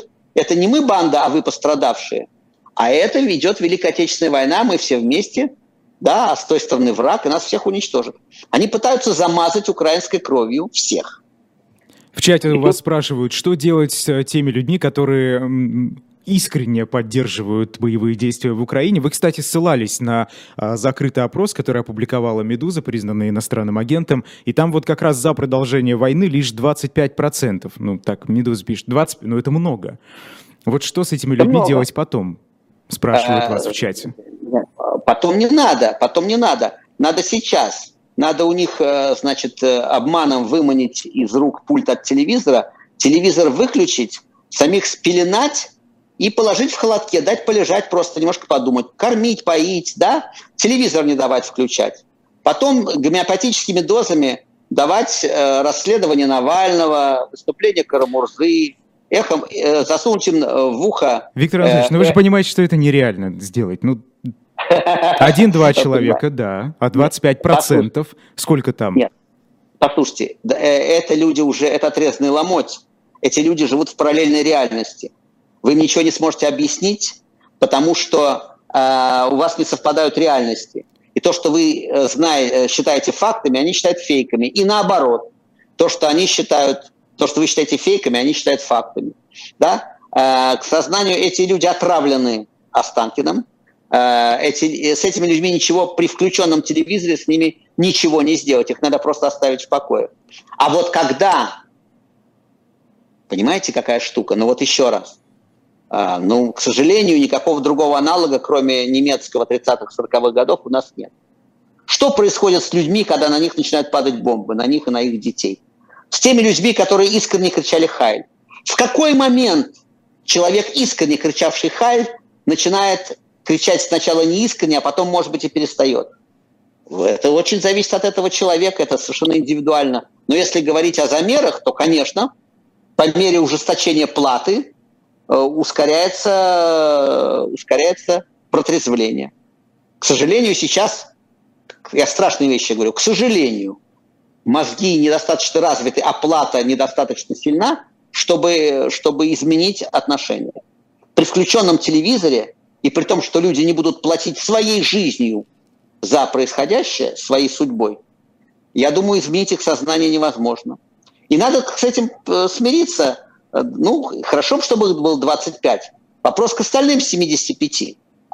не мы банда, а вы пострадавшие, а это ведет Великая Отечественная война, мы все вместе, да, а с той стороны враг, и нас всех уничтожит. Они пытаются замазать украинской кровью всех. В чате у вас спрашивают, что делать с теми людьми, которые искренне поддерживают боевые действия в Украине. Вы, кстати, ссылались на закрытый опрос, который опубликовала «Медуза», признанный иностранным агентом, и там вот как раз за продолжение войны лишь 25%. Ну, так, «Медуза» пишет, 20%, ну, это много. Вот что с этими людьми делать потом? Спрашивают вас в чате. Потом не надо. Надо сейчас. Надо у них, значит, обманом выманить из рук пульт от телевизора, телевизор выключить, самих спеленать и положить в холодке, дать полежать, просто немножко подумать, кормить, поить, да, телевизор не давать включать. Потом гомеопатическими дозами давать расследование Навального, выступление Карамурзы, эхом засунуть им в ухо. Виктор Анатольевич, вы же понимаете, что это нереально сделать. Ну, 1-2 человека, да, а 25% сколько там? Нет, послушайте, это люди уже, это отрезанный ломоть. Эти люди живут в параллельной реальности. Вы им ничего не сможете объяснить, потому что у вас не совпадают реальности. И то, что вы считаете фактами, они считают фейками. И наоборот, то, что вы считаете фейками, они считают фактами. Да? К сознанию эти люди отравлены Останкиным. С этими людьми ничего при включенном телевизоре с ними ничего не сделать. Их надо просто оставить в покое. А вот когда... Понимаете, какая штука? Ну вот еще раз. Ну, к сожалению, никакого другого аналога, кроме немецкого 30-х, 40-х годов, у нас нет. Что происходит с людьми, когда на них начинают падать бомбы, на них и на их детей? С теми людьми, которые искренне кричали «Хайль». В какой момент человек, искренне кричавший «Хайль», начинает кричать сначала неискренне, а потом, может быть, и перестает? Это очень зависит от этого человека, это совершенно индивидуально. Но если говорить о замерах, то, конечно, по мере ужесточения платы ускоряется протрезвление. К сожалению, сейчас, я страшные вещи говорю, к сожалению, мозги недостаточно развиты, а плата недостаточно сильна, чтобы изменить отношения. При включенном телевизоре, и при том, что люди не будут платить своей жизнью за происходящее, своей судьбой, я думаю, изменить их сознание невозможно. И надо с этим смириться. Ну, хорошо, чтобы было 25. Вопрос к остальным 75.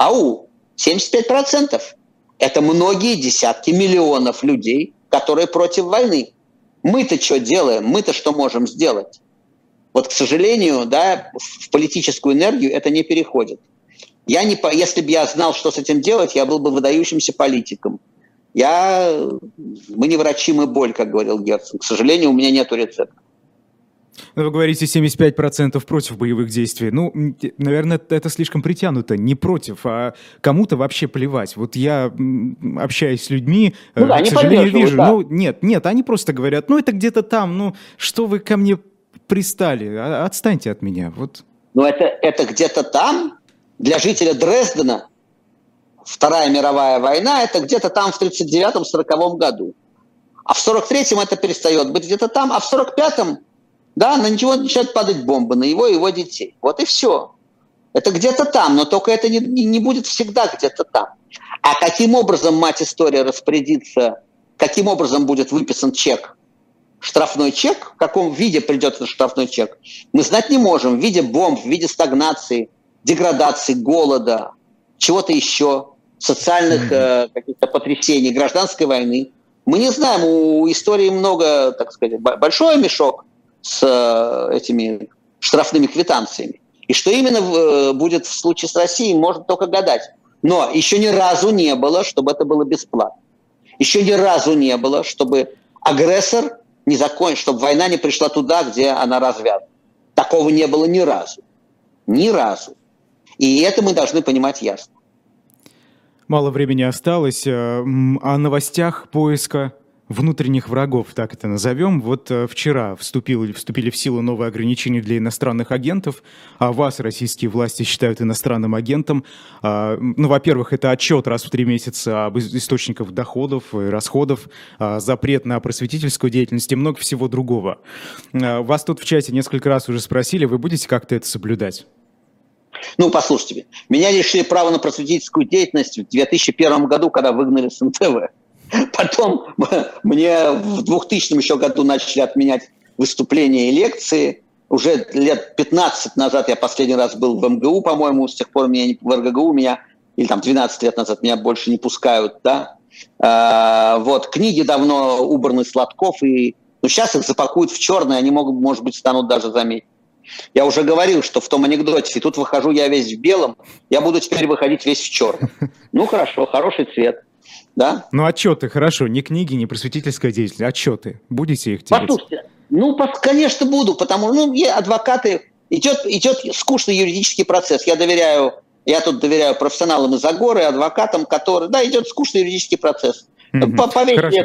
75%. Это многие десятки миллионов людей, которые против войны. Мы-то что делаем? Мы-то что можем сделать? Вот, к сожалению, да, в политическую энергию это не переходит. Если бы я знал, что с этим делать, я был бы выдающимся политиком. Мы не врачи, мы боль, как говорил Герцен. К сожалению, у меня нет рецепта. Вы говорите 75% против боевых действий. Ну, наверное, это слишком притянуто. Не против, а кому-то вообще плевать. Вот я общаюсь с людьми, к сожалению, вижу. Да. Нет, они просто говорят, это где-то там, что вы ко мне пристали? Отстаньте от меня. Вот. Это где-то там для жителя Дрездена Вторая мировая война, это где-то там в 1939-1940 году. А в 1943-м это перестает быть где-то там, а в 1945-м да, на него начинают падать бомбы, на его и его детей. Вот и все. Это где-то там, но только это не будет всегда где-то там. А каким образом мать история распорядится, каким образом будет выписан чек, штрафной чек, в каком виде придет этот штрафной чек, мы знать не можем. В виде бомб, в виде стагнации, деградации, голода, чего-то еще, социальных каких-то потрясений, гражданской войны. Мы не знаем, у истории много, так сказать, большой мешок с этими штрафными квитанциями. И что именно будет в случае с Россией, можно только гадать. Но еще ни разу не было, чтобы это было бесплатно. Еще ни разу не было, чтобы агрессор не закончил, чтобы война не пришла туда, где она развязана. Такого не было ни разу. Ни разу. И это мы должны понимать ясно. Мало времени осталось. О новостях поиска внутренних врагов, так это назовем. Вот вчера вступили в силу новые ограничения для иностранных агентов, а вас российские власти считают иностранным агентом. Во-первых, это отчет раз в 3 месяца об источниках доходов и расходов, запрет на просветительскую деятельность и много всего другого. Вас тут в чате несколько раз уже спросили, вы будете как-то это соблюдать? Послушайте, меня лишили права на просветительскую деятельность в 2001 году, когда выгнали с НТВ. Потом мне в 2000 еще году начали отменять выступления и лекции. Уже лет 15 назад я последний раз был в МГУ, по-моему, с тех пор в РГГУ или 12 лет назад меня больше не пускают, да. Книги давно убраны с лотков, сейчас их запакуют в черное, они может быть, станут даже заметнее. Я уже говорил, что в том анекдоте, и тут выхожу я весь в белом, я буду теперь выходить весь в черном. Хорошо, хороший цвет. Да? Отчеты, хорошо, не книги, не просветительская деятельность, отчеты. Будете их делать? Послушайте, конечно, буду, потому что адвокаты, идет скучный юридический процесс. Я тут доверяю профессионалам из Агоры, адвокатам, которые, идет скучный юридический процесс. Поверьте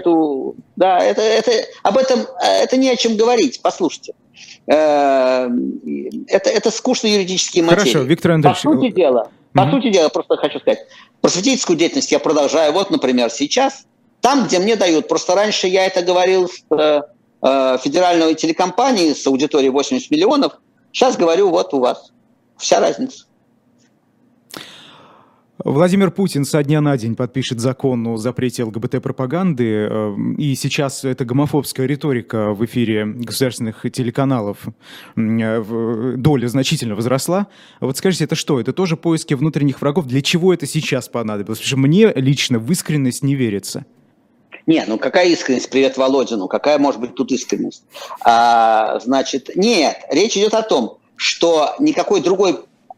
об этом это не о чем говорить, послушайте. Это скучный юридический материал. Хорошо, Виктор Андреевич. По сути дела, просто хочу сказать, просветительскую деятельность я продолжаю, например, сейчас, там, где мне дают. Просто раньше я это говорил с федеральной телекомпании с аудиторией 80 миллионов, сейчас говорю у вас. Вся разница. Владимир Путин со дня на день подпишет закон о запрете ЛГБТ-пропаганды, и сейчас эта гомофобская риторика в эфире государственных телеканалов, доля значительно возросла. Вот скажите, это что? Это тоже поиски внутренних врагов? Для чего это сейчас понадобилось? Потому что мне лично в искренность не верится. Какая искренность? Привет Володину. Какая может быть тут искренность? Нет, речь идет о том, что никакой другой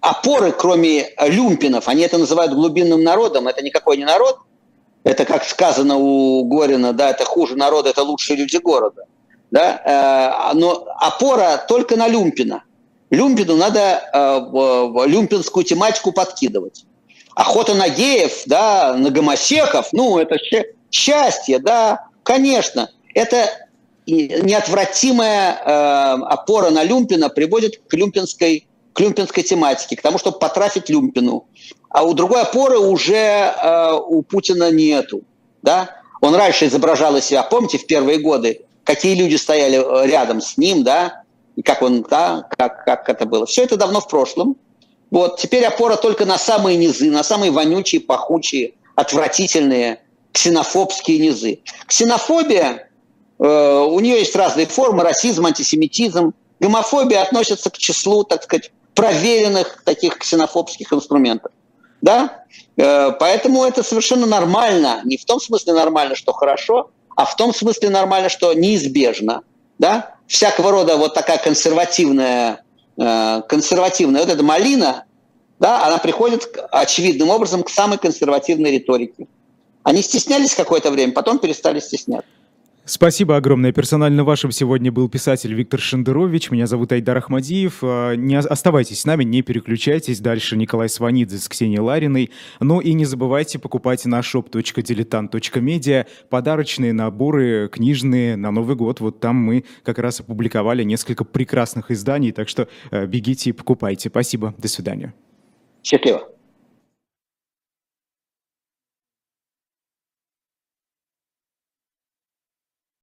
опоры, кроме люмпинов, они это называют глубинным народом, это никакой не народ, это, как сказано у Горина, да, это хуже народа, это лучшие люди города. Да? Но опора только на люмпина. Люмпину надо люмпинскую тематику подкидывать. Охота на геев, да, на гомосеков, ну, это счастье, да, конечно. Это неотвратимая опора на люмпина приводит к люмпинской тематике, к тому, чтобы потрафить люмпину. А у другой опоры уже у Путина нету. Да? Он раньше изображал из себя, помните, в первые годы, какие люди стояли рядом с ним, да, и как он, да, как это было. Все это давно в прошлом. Вот, теперь опора только на самые низы, на самые вонючие, пахучие, отвратительные, ксенофобские низы. Ксенофобия, у нее есть разные формы, расизм, антисемитизм. Гомофобия относится к числу, так сказать, проверенных таких ксенофобских инструментов. Да? Поэтому это совершенно нормально. Не в том смысле нормально, что хорошо, а в том смысле нормально, что неизбежно. Да? Всякого рода вот такая консервативная вот эта малина, да, она приходит очевидным образом к самой консервативной риторике. Они стеснялись какое-то время, потом перестали стесняться. Спасибо огромное. Персонально вашим сегодня был писатель Виктор Шендерович. Меня зовут Айдар Ахмадиев. Не оставайтесь с нами, не переключайтесь. Дальше Николай Сванидзе с Ксенией Лариной. Ну и не забывайте покупать на shop.diletant.media подарочные наборы книжные на Новый год. Вот там мы как раз опубликовали несколько прекрасных изданий, так что бегите и покупайте. Спасибо. До свидания. Счастливо.